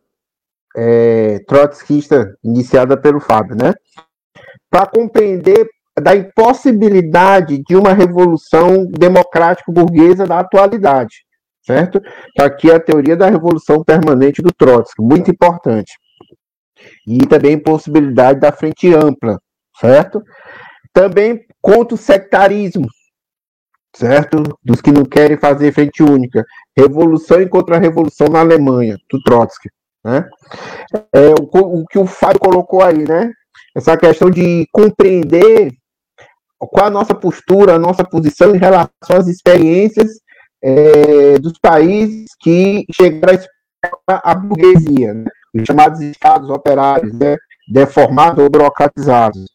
trotskista iniciada pelo Fábio, né? Para compreender da impossibilidade de uma revolução democrático-burguesa da atualidade, certo? Aqui a teoria da revolução permanente do Trotsky, muito importante. E também possibilidade da frente ampla, certo? Também contra o sectarismo, certo? Dos que não querem fazer frente única. Revolução e contra-revolução na Alemanha, do Trotsky, né? O que o Fábio colocou aí, né? Essa questão de compreender qual a nossa postura, a nossa posição em relação às experiências dos países que chegaram à burguesia, né? Os chamados estados operários, né? Deformados ou burocratizados.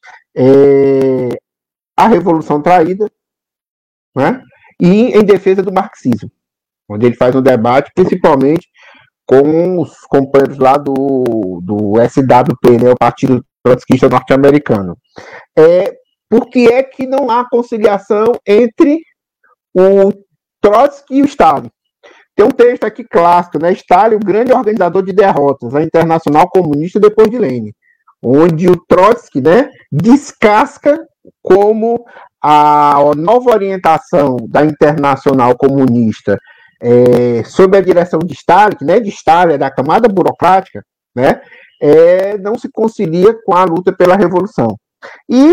A Revolução Traída, né? E em defesa do marxismo, onde ele faz um debate, principalmente com os companheiros lá do SWP, né? O Partido Trotskista Norte-Americano. Por que é que não há conciliação entre o Trotsky e o Stalin? Tem um texto aqui clássico, né? Stalin, o grande organizador de derrotas, a Internacional Comunista depois de Lenin, onde o Trotsky, né, descasca como a nova orientação da Internacional Comunista sob a direção de Stalin, né, de Stalin, da camada burocrática, né, não se concilia com a luta pela revolução. E,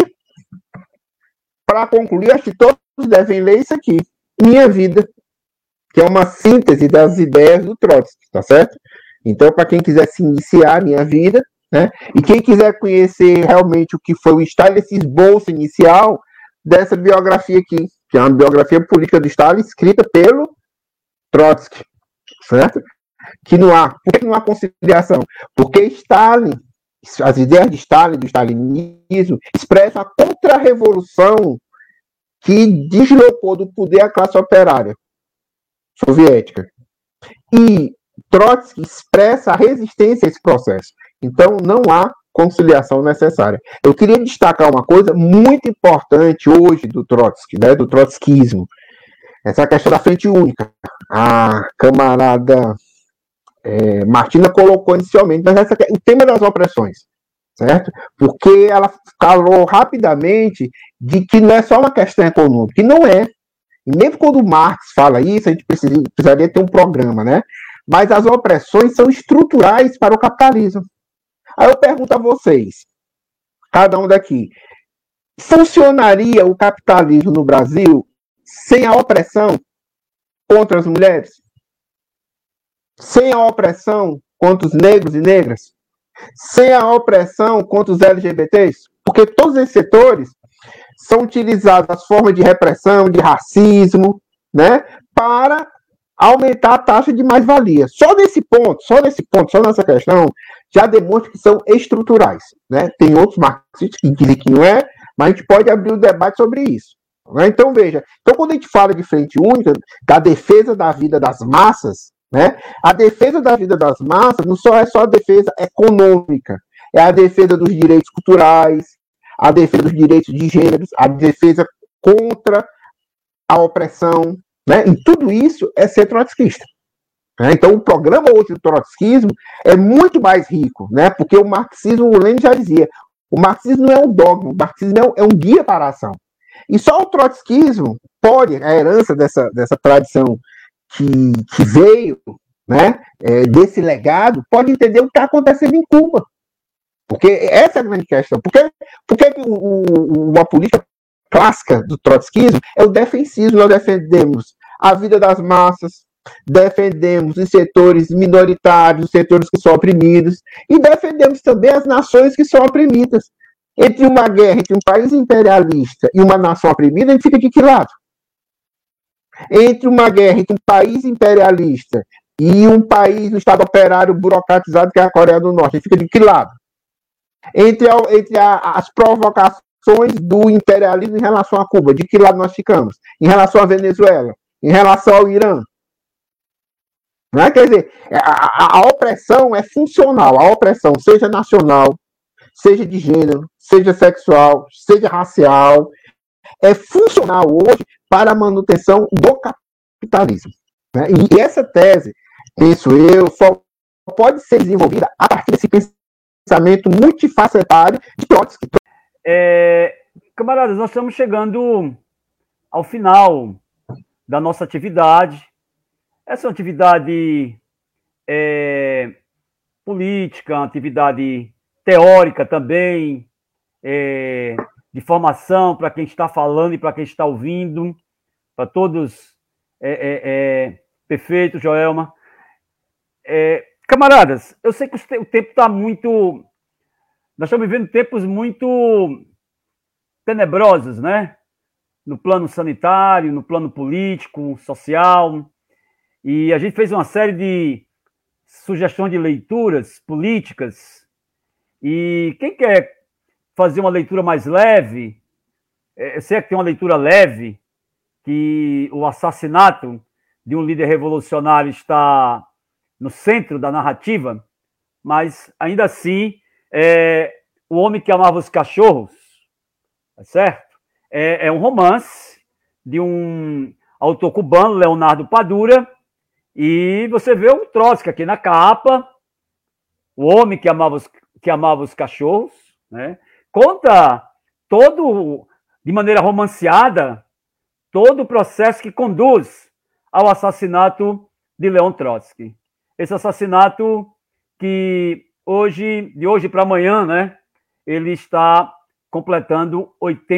para concluir, acho que todos devem ler isso aqui, Minha Vida, que é uma síntese das ideias do Trotsky, tá certo? Então, para quem quiser se iniciar, Minha Vida, né? E quem quiser conhecer realmente o que foi o Stalin, esse esboço inicial dessa biografia aqui, que é uma biografia política do Stalin escrita pelo Trotsky, certo? Por que não há conciliação? Porque Stalin, as ideias de Stalin, do stalinismo, expressam a contra-revolução que deslocou do poder a classe operária soviética. E Trotsky expressa a resistência a esse processo. Então, não há conciliação necessária. Eu queria destacar uma coisa muito importante hoje do Trotsky, né, do trotskismo. Essa questão da frente única. A camarada Martina colocou inicialmente, mas o tema das opressões, certo? Porque ela falou rapidamente de que não é só uma questão econômica, que não é. E mesmo quando Marx fala isso, a gente precisaria ter um programa, né? Mas as opressões são estruturais para o capitalismo. Aí eu pergunto a vocês, cada um daqui, funcionaria o capitalismo no Brasil sem a opressão contra as mulheres? Sem a opressão contra os negros e negras? Sem a opressão contra os LGBTs? Porque todos esses setores são utilizados as formas de repressão, de racismo, né, para aumentar a taxa de mais-valia. Só nessa questão, já demonstra que são estruturais, né? Tem outros marxistas que dizem que não é, mas a gente pode abrir um debate sobre isso, Né? Então, veja, quando a gente fala de frente única, da defesa da vida das massas, né, a defesa da vida das massas não só é só a defesa econômica, é a defesa dos direitos culturais, a defesa dos direitos de gêneros, a defesa contra a opressão, né? E tudo isso é ser trotskista. Né? Então, o programa hoje do trotskismo é muito mais rico, né? Porque o marxismo, o Lenin já dizia, o marxismo não é um dogma, o marxismo é um guia para a ação. E só o trotskismo pode, a herança dessa tradição que veio, né, desse legado, pode entender o que está acontecendo em Cuba. Porque essa é a grande questão. Por que uma política clássica do trotskismo é o defensismo? Nós defendemos a vida das massas, defendemos os setores minoritários, os setores que são oprimidos, e defendemos também as nações que são oprimidas. Entre uma guerra entre um país imperialista e uma nação oprimida, a gente fica de que lado? Entre uma guerra entre um país imperialista e um país do Estado operário burocratizado, que é a Coreia do Norte, a gente fica de que lado? Entre as provocações do imperialismo em relação a Cuba, de que lado nós ficamos? Em relação à Venezuela? Em relação ao Irã? Não é? Quer dizer, a opressão é funcional, a opressão, seja nacional, seja de gênero, seja sexual, seja racial, é funcional hoje para a manutenção do capitalismo. Né? E essa tese, penso eu, só pode ser desenvolvida a partir desse pensamento multifacetário de Trotsky. Camaradas, nós estamos chegando ao final da nossa atividade. Essa é uma atividade política, uma atividade teórica também, de formação para quem está falando e para quem está ouvindo, para todos. Perfeito, Joelma. Camaradas, eu sei que o tempo está muito... Nós estamos vivendo tempos muito tenebrosos, né? No plano sanitário, no plano político, social. E a gente fez uma série de sugestões de leituras políticas. E quem quer fazer uma leitura mais leve, se é que tem uma leitura leve, que o assassinato de um líder revolucionário está no centro da narrativa, mas ainda assim, O Homem que Amava os Cachorros, tá certo? É um romance de um autor cubano, Leonardo Padura, e você vê o Trotsky aqui na capa, O Homem que Amava os Cachorros, né? Conta todo, de maneira romanceada, todo o processo que conduz ao assassinato de Leon Trotsky. Esse assassinato que de hoje para amanhã, né, ele está completando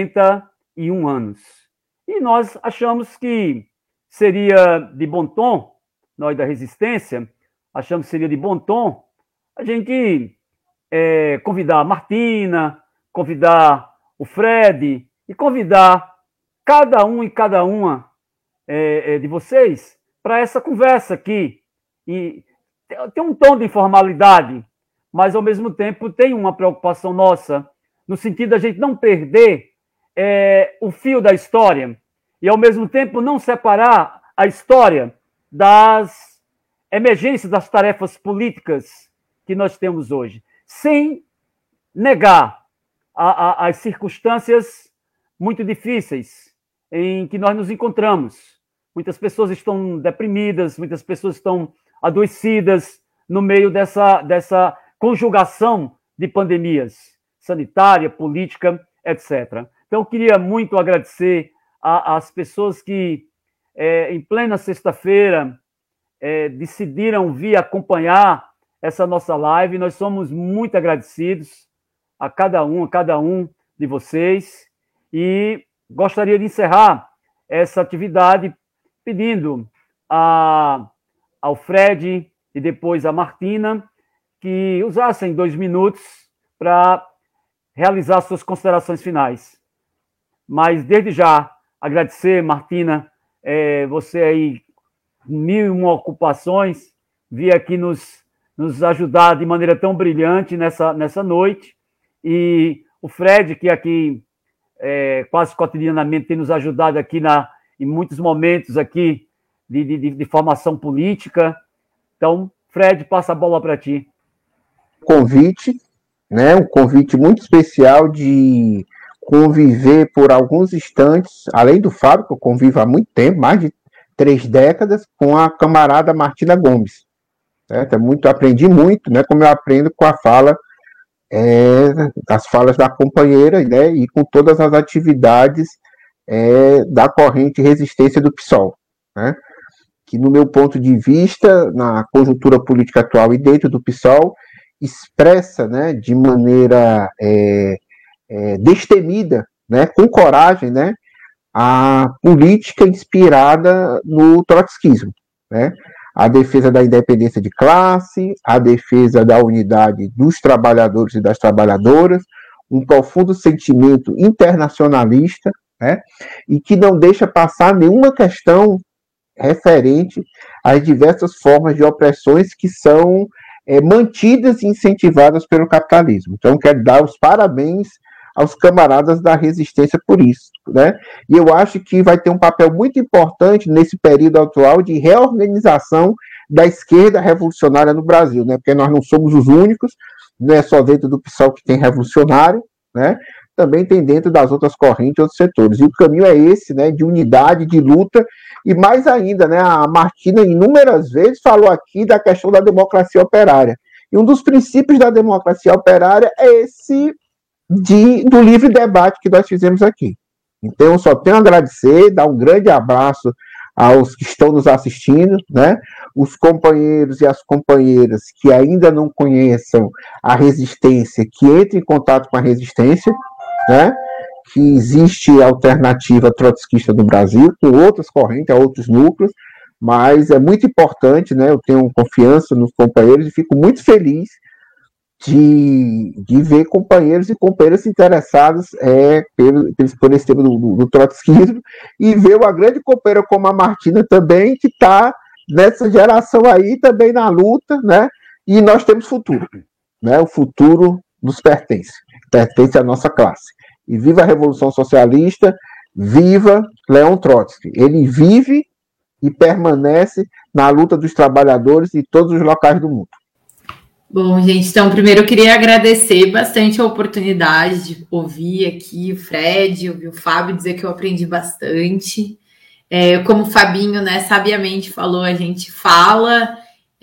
81 anos. E nós achamos que seria de bom tom, nós da Resistência, achamos que seria de bom tom a gente convidar a Martina, convidar o Fred e convidar cada um e cada uma de vocês para essa conversa aqui. E tem um tom de informalidade, mas ao mesmo tempo tem uma preocupação nossa, no sentido da gente não perder o fio da história e ao mesmo tempo não separar a história das emergências das tarefas políticas que nós temos hoje, sem negar as circunstâncias muito difíceis em que nós nos encontramos. Muitas pessoas estão deprimidas, muitas pessoas estão adoecidas no meio dessa conjugação de pandemias sanitária, política, etc. Então, eu queria muito agradecer às pessoas que, em plena sexta-feira, decidiram vir acompanhar essa nossa live. Nós somos muito agradecidos a cada um de vocês e gostaria de encerrar essa atividade pedindo ao Fred e depois à Martina que usassem 2 minutos para realizar suas considerações finais. Mas, desde já, agradecer, Martina, você aí, 1001 ocupações, vir aqui nos ajudar de maneira tão brilhante nessa noite. E o Fred, que aqui quase cotidianamente tem nos ajudado aqui em muitos momentos aqui de formação política. Então, Fred, passa a bola para ti. Convite, né? Um convite muito especial de conviver por alguns instantes, além do Fábio, que eu convivo há muito tempo, mais de 3 décadas, com a camarada Martina Gomes. Certo? Aprendi muito, né? Como eu aprendo com a fala, as falas da companheira, né? E com todas as atividades da corrente resistência do PSOL, né? Que, no meu ponto de vista, na conjuntura política atual e dentro do PSOL, expressa, né, de maneira destemida, né, com coragem, né, a política inspirada no trotskismo, né, a defesa da independência de classe, a defesa da unidade dos trabalhadores e das trabalhadoras, um profundo sentimento internacionalista, né, e que não deixa passar nenhuma questão referente às diversas formas de opressões que são mantidas e incentivadas pelo capitalismo. Então, quero dar os parabéns aos camaradas da resistência por isso, né? E eu acho que vai ter um papel muito importante nesse período atual de reorganização da esquerda revolucionária no Brasil, né? Porque nós não somos os únicos, não é só dentro do PSOL que tem revolucionário, né? Também tem dentro das outras correntes, outros setores. E o caminho é esse, né? De unidade, de luta. E mais ainda, né, a Martina inúmeras vezes falou aqui da questão da democracia operária. E um dos princípios da democracia operária é esse do livre debate que nós fizemos aqui. Então, eu só tenho a agradecer, dar um grande abraço aos que estão nos assistindo, né? Os companheiros e as companheiras que ainda não conheçam a resistência, que entrem em contato com a resistência, né? Que existe alternativa trotskista no Brasil, com outras correntes, outros núcleos, mas é muito importante, né? Eu tenho confiança nos companheiros e fico muito feliz de ver companheiros e companheiras interessados por esse tema do trotskismo, e ver uma grande companheira como a Martina também, que está nessa geração aí também na luta, né? E nós temos futuro, né? O futuro nos pertence à nossa classe. E viva a Revolução Socialista, viva Leon Trotsky. Ele vive e permanece na luta dos trabalhadores em todos os locais do mundo. Bom, gente, então, primeiro eu queria agradecer bastante a oportunidade de ouvir aqui o Fred, ouvir o Fábio, dizer que eu aprendi bastante. Como o Fabinho, né, sabiamente falou, a gente fala,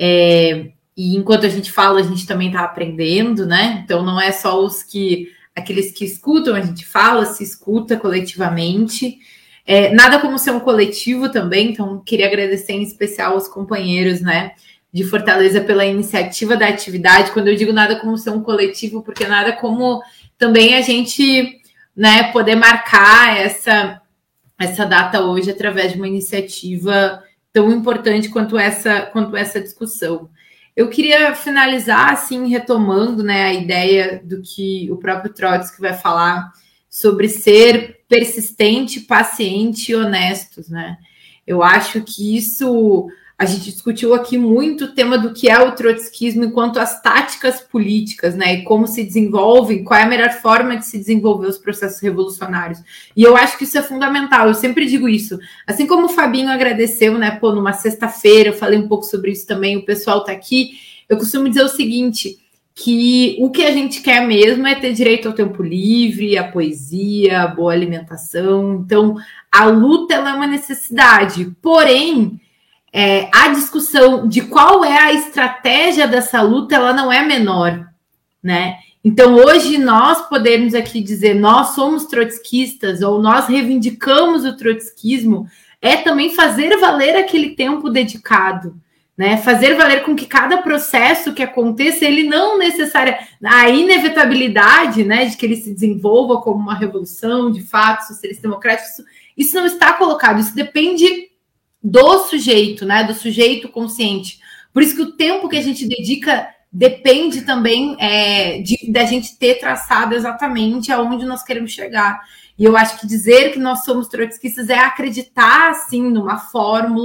e enquanto a gente fala, a gente também está aprendendo, né? Então, não é só aqueles que escutam, a gente fala, se escuta coletivamente. Nada como ser um coletivo também, então queria agradecer em especial aos companheiros, né, de Fortaleza pela iniciativa da atividade. Quando eu digo nada como ser um coletivo, porque nada como também a gente, né, poder marcar essa data hoje através de uma iniciativa tão importante quanto essa discussão. Eu queria finalizar, assim, retomando, né, a ideia do que o próprio Trotsky vai falar sobre ser persistente, paciente e honestos, né? Eu acho que isso... A gente discutiu aqui muito o tema do que é o trotskismo enquanto as táticas políticas, né? E como se desenvolvem, qual é a melhor forma de se desenvolver os processos revolucionários. E eu acho que isso é fundamental, eu sempre digo isso. Assim como o Fabinho agradeceu, né? Pô, numa sexta-feira, eu falei um pouco sobre isso também, o pessoal tá aqui. Eu costumo dizer o seguinte, que o que a gente quer mesmo é ter direito ao tempo livre, à poesia, à boa alimentação. Então, a luta, ela é uma necessidade. Porém... a discussão de qual é a estratégia dessa luta, ela não é menor, né? Então, hoje, nós podemos aqui dizer, nós somos trotskistas, ou nós reivindicamos o trotskismo, é também fazer valer aquele tempo dedicado, né? Fazer valer com que cada processo que aconteça, ele não necessariamente... A inevitabilidade, né, de que ele se desenvolva como uma revolução, de fato, socialista democrático, isso não está colocado, isso depende... do sujeito, né? Do sujeito consciente. Por isso que o tempo que a gente dedica depende também da gente ter traçado exatamente aonde nós queremos chegar. E eu acho que dizer que nós somos trotskistas é acreditar, assim, numa fórmula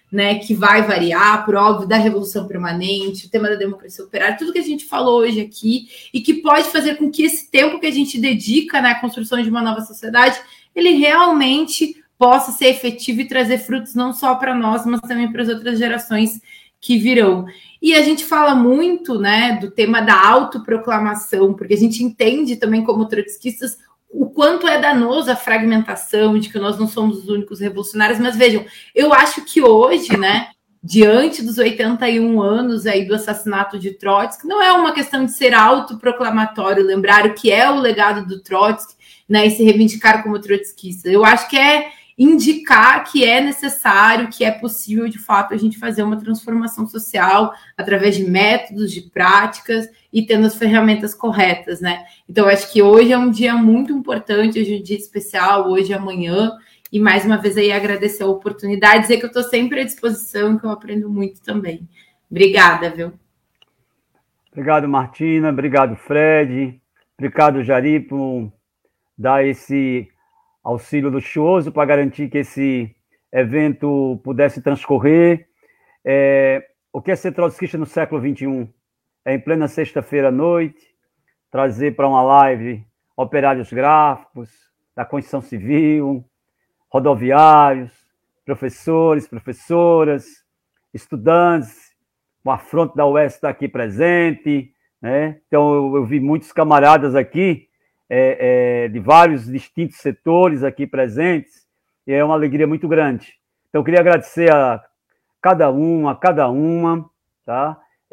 né, que vai variar, por óbvio, da revolução permanente, o tema da democracia operária, tudo que a gente falou hoje aqui, e que pode fazer com que esse tempo que a gente dedica na construção de uma nova sociedade, ele realmente possa ser efetivo e trazer frutos não só para nós, mas também para as outras gerações que virão. E a gente fala muito, né, do tema da autoproclamação, porque a gente entende também como trotskistas o quanto é danoso a fragmentação, de que nós não somos os únicos revolucionários, mas vejam, eu acho que hoje, né, diante dos 81 anos aí do assassinato de Trotsky, não é uma questão de ser autoproclamatório, lembrar o que é o legado do Trotsky, né, e se reivindicar como trotskista. Eu acho que é indicar que é necessário, que é possível, de fato, a gente fazer uma transformação social através de métodos, de práticas e tendo as ferramentas corretas, né? Então, eu acho que hoje é um dia muito importante, hoje é um dia especial, hoje e amanhã, e mais uma vez aí agradecer a oportunidade, dizer que eu estou sempre à disposição, que eu aprendo muito também. Obrigada, viu? Obrigado, Martina, obrigado, Fred, obrigado, Jari, por dar esse auxílio luxuoso para garantir que esse evento pudesse transcorrer. O que é ser trotskista no século XXI? É em plena sexta-feira à noite, trazer para uma live operários gráficos, da construção civil, rodoviários, professores, professoras, estudantes, o afronto da UES está aqui presente, né? Então eu vi muitos camaradas aqui, de vários distintos setores aqui presentes, e é uma alegria muito grande. Então, eu queria agradecer a cada uma, tá?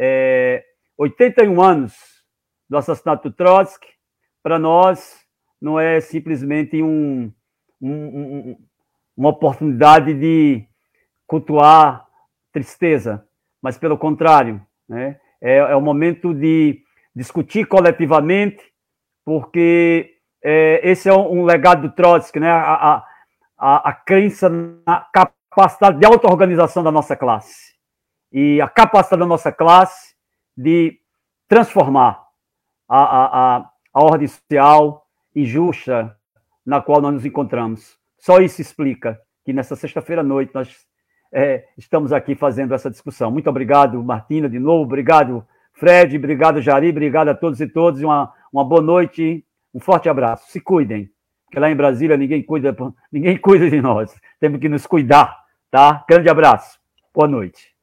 81 anos do assassinato do Trotsky, para nós, não é simplesmente uma oportunidade de cultuar tristeza, mas, pelo contrário, né? É o momento de discutir coletivamente, porque esse é um legado do Trotsky, né? A crença na capacidade de auto-organização da nossa classe e a capacidade da nossa classe de transformar a ordem social injusta na qual nós nos encontramos. Só isso explica que nessa sexta-feira à noite nós estamos aqui fazendo essa discussão. Muito obrigado, Martina, de novo. Obrigado, Fred. Obrigado, Jari. Obrigado a todos e todas. Uma boa noite, um forte abraço. Se cuidem, porque lá em Brasília ninguém cuida de nós. Temos que nos cuidar, tá? Grande abraço. Boa noite.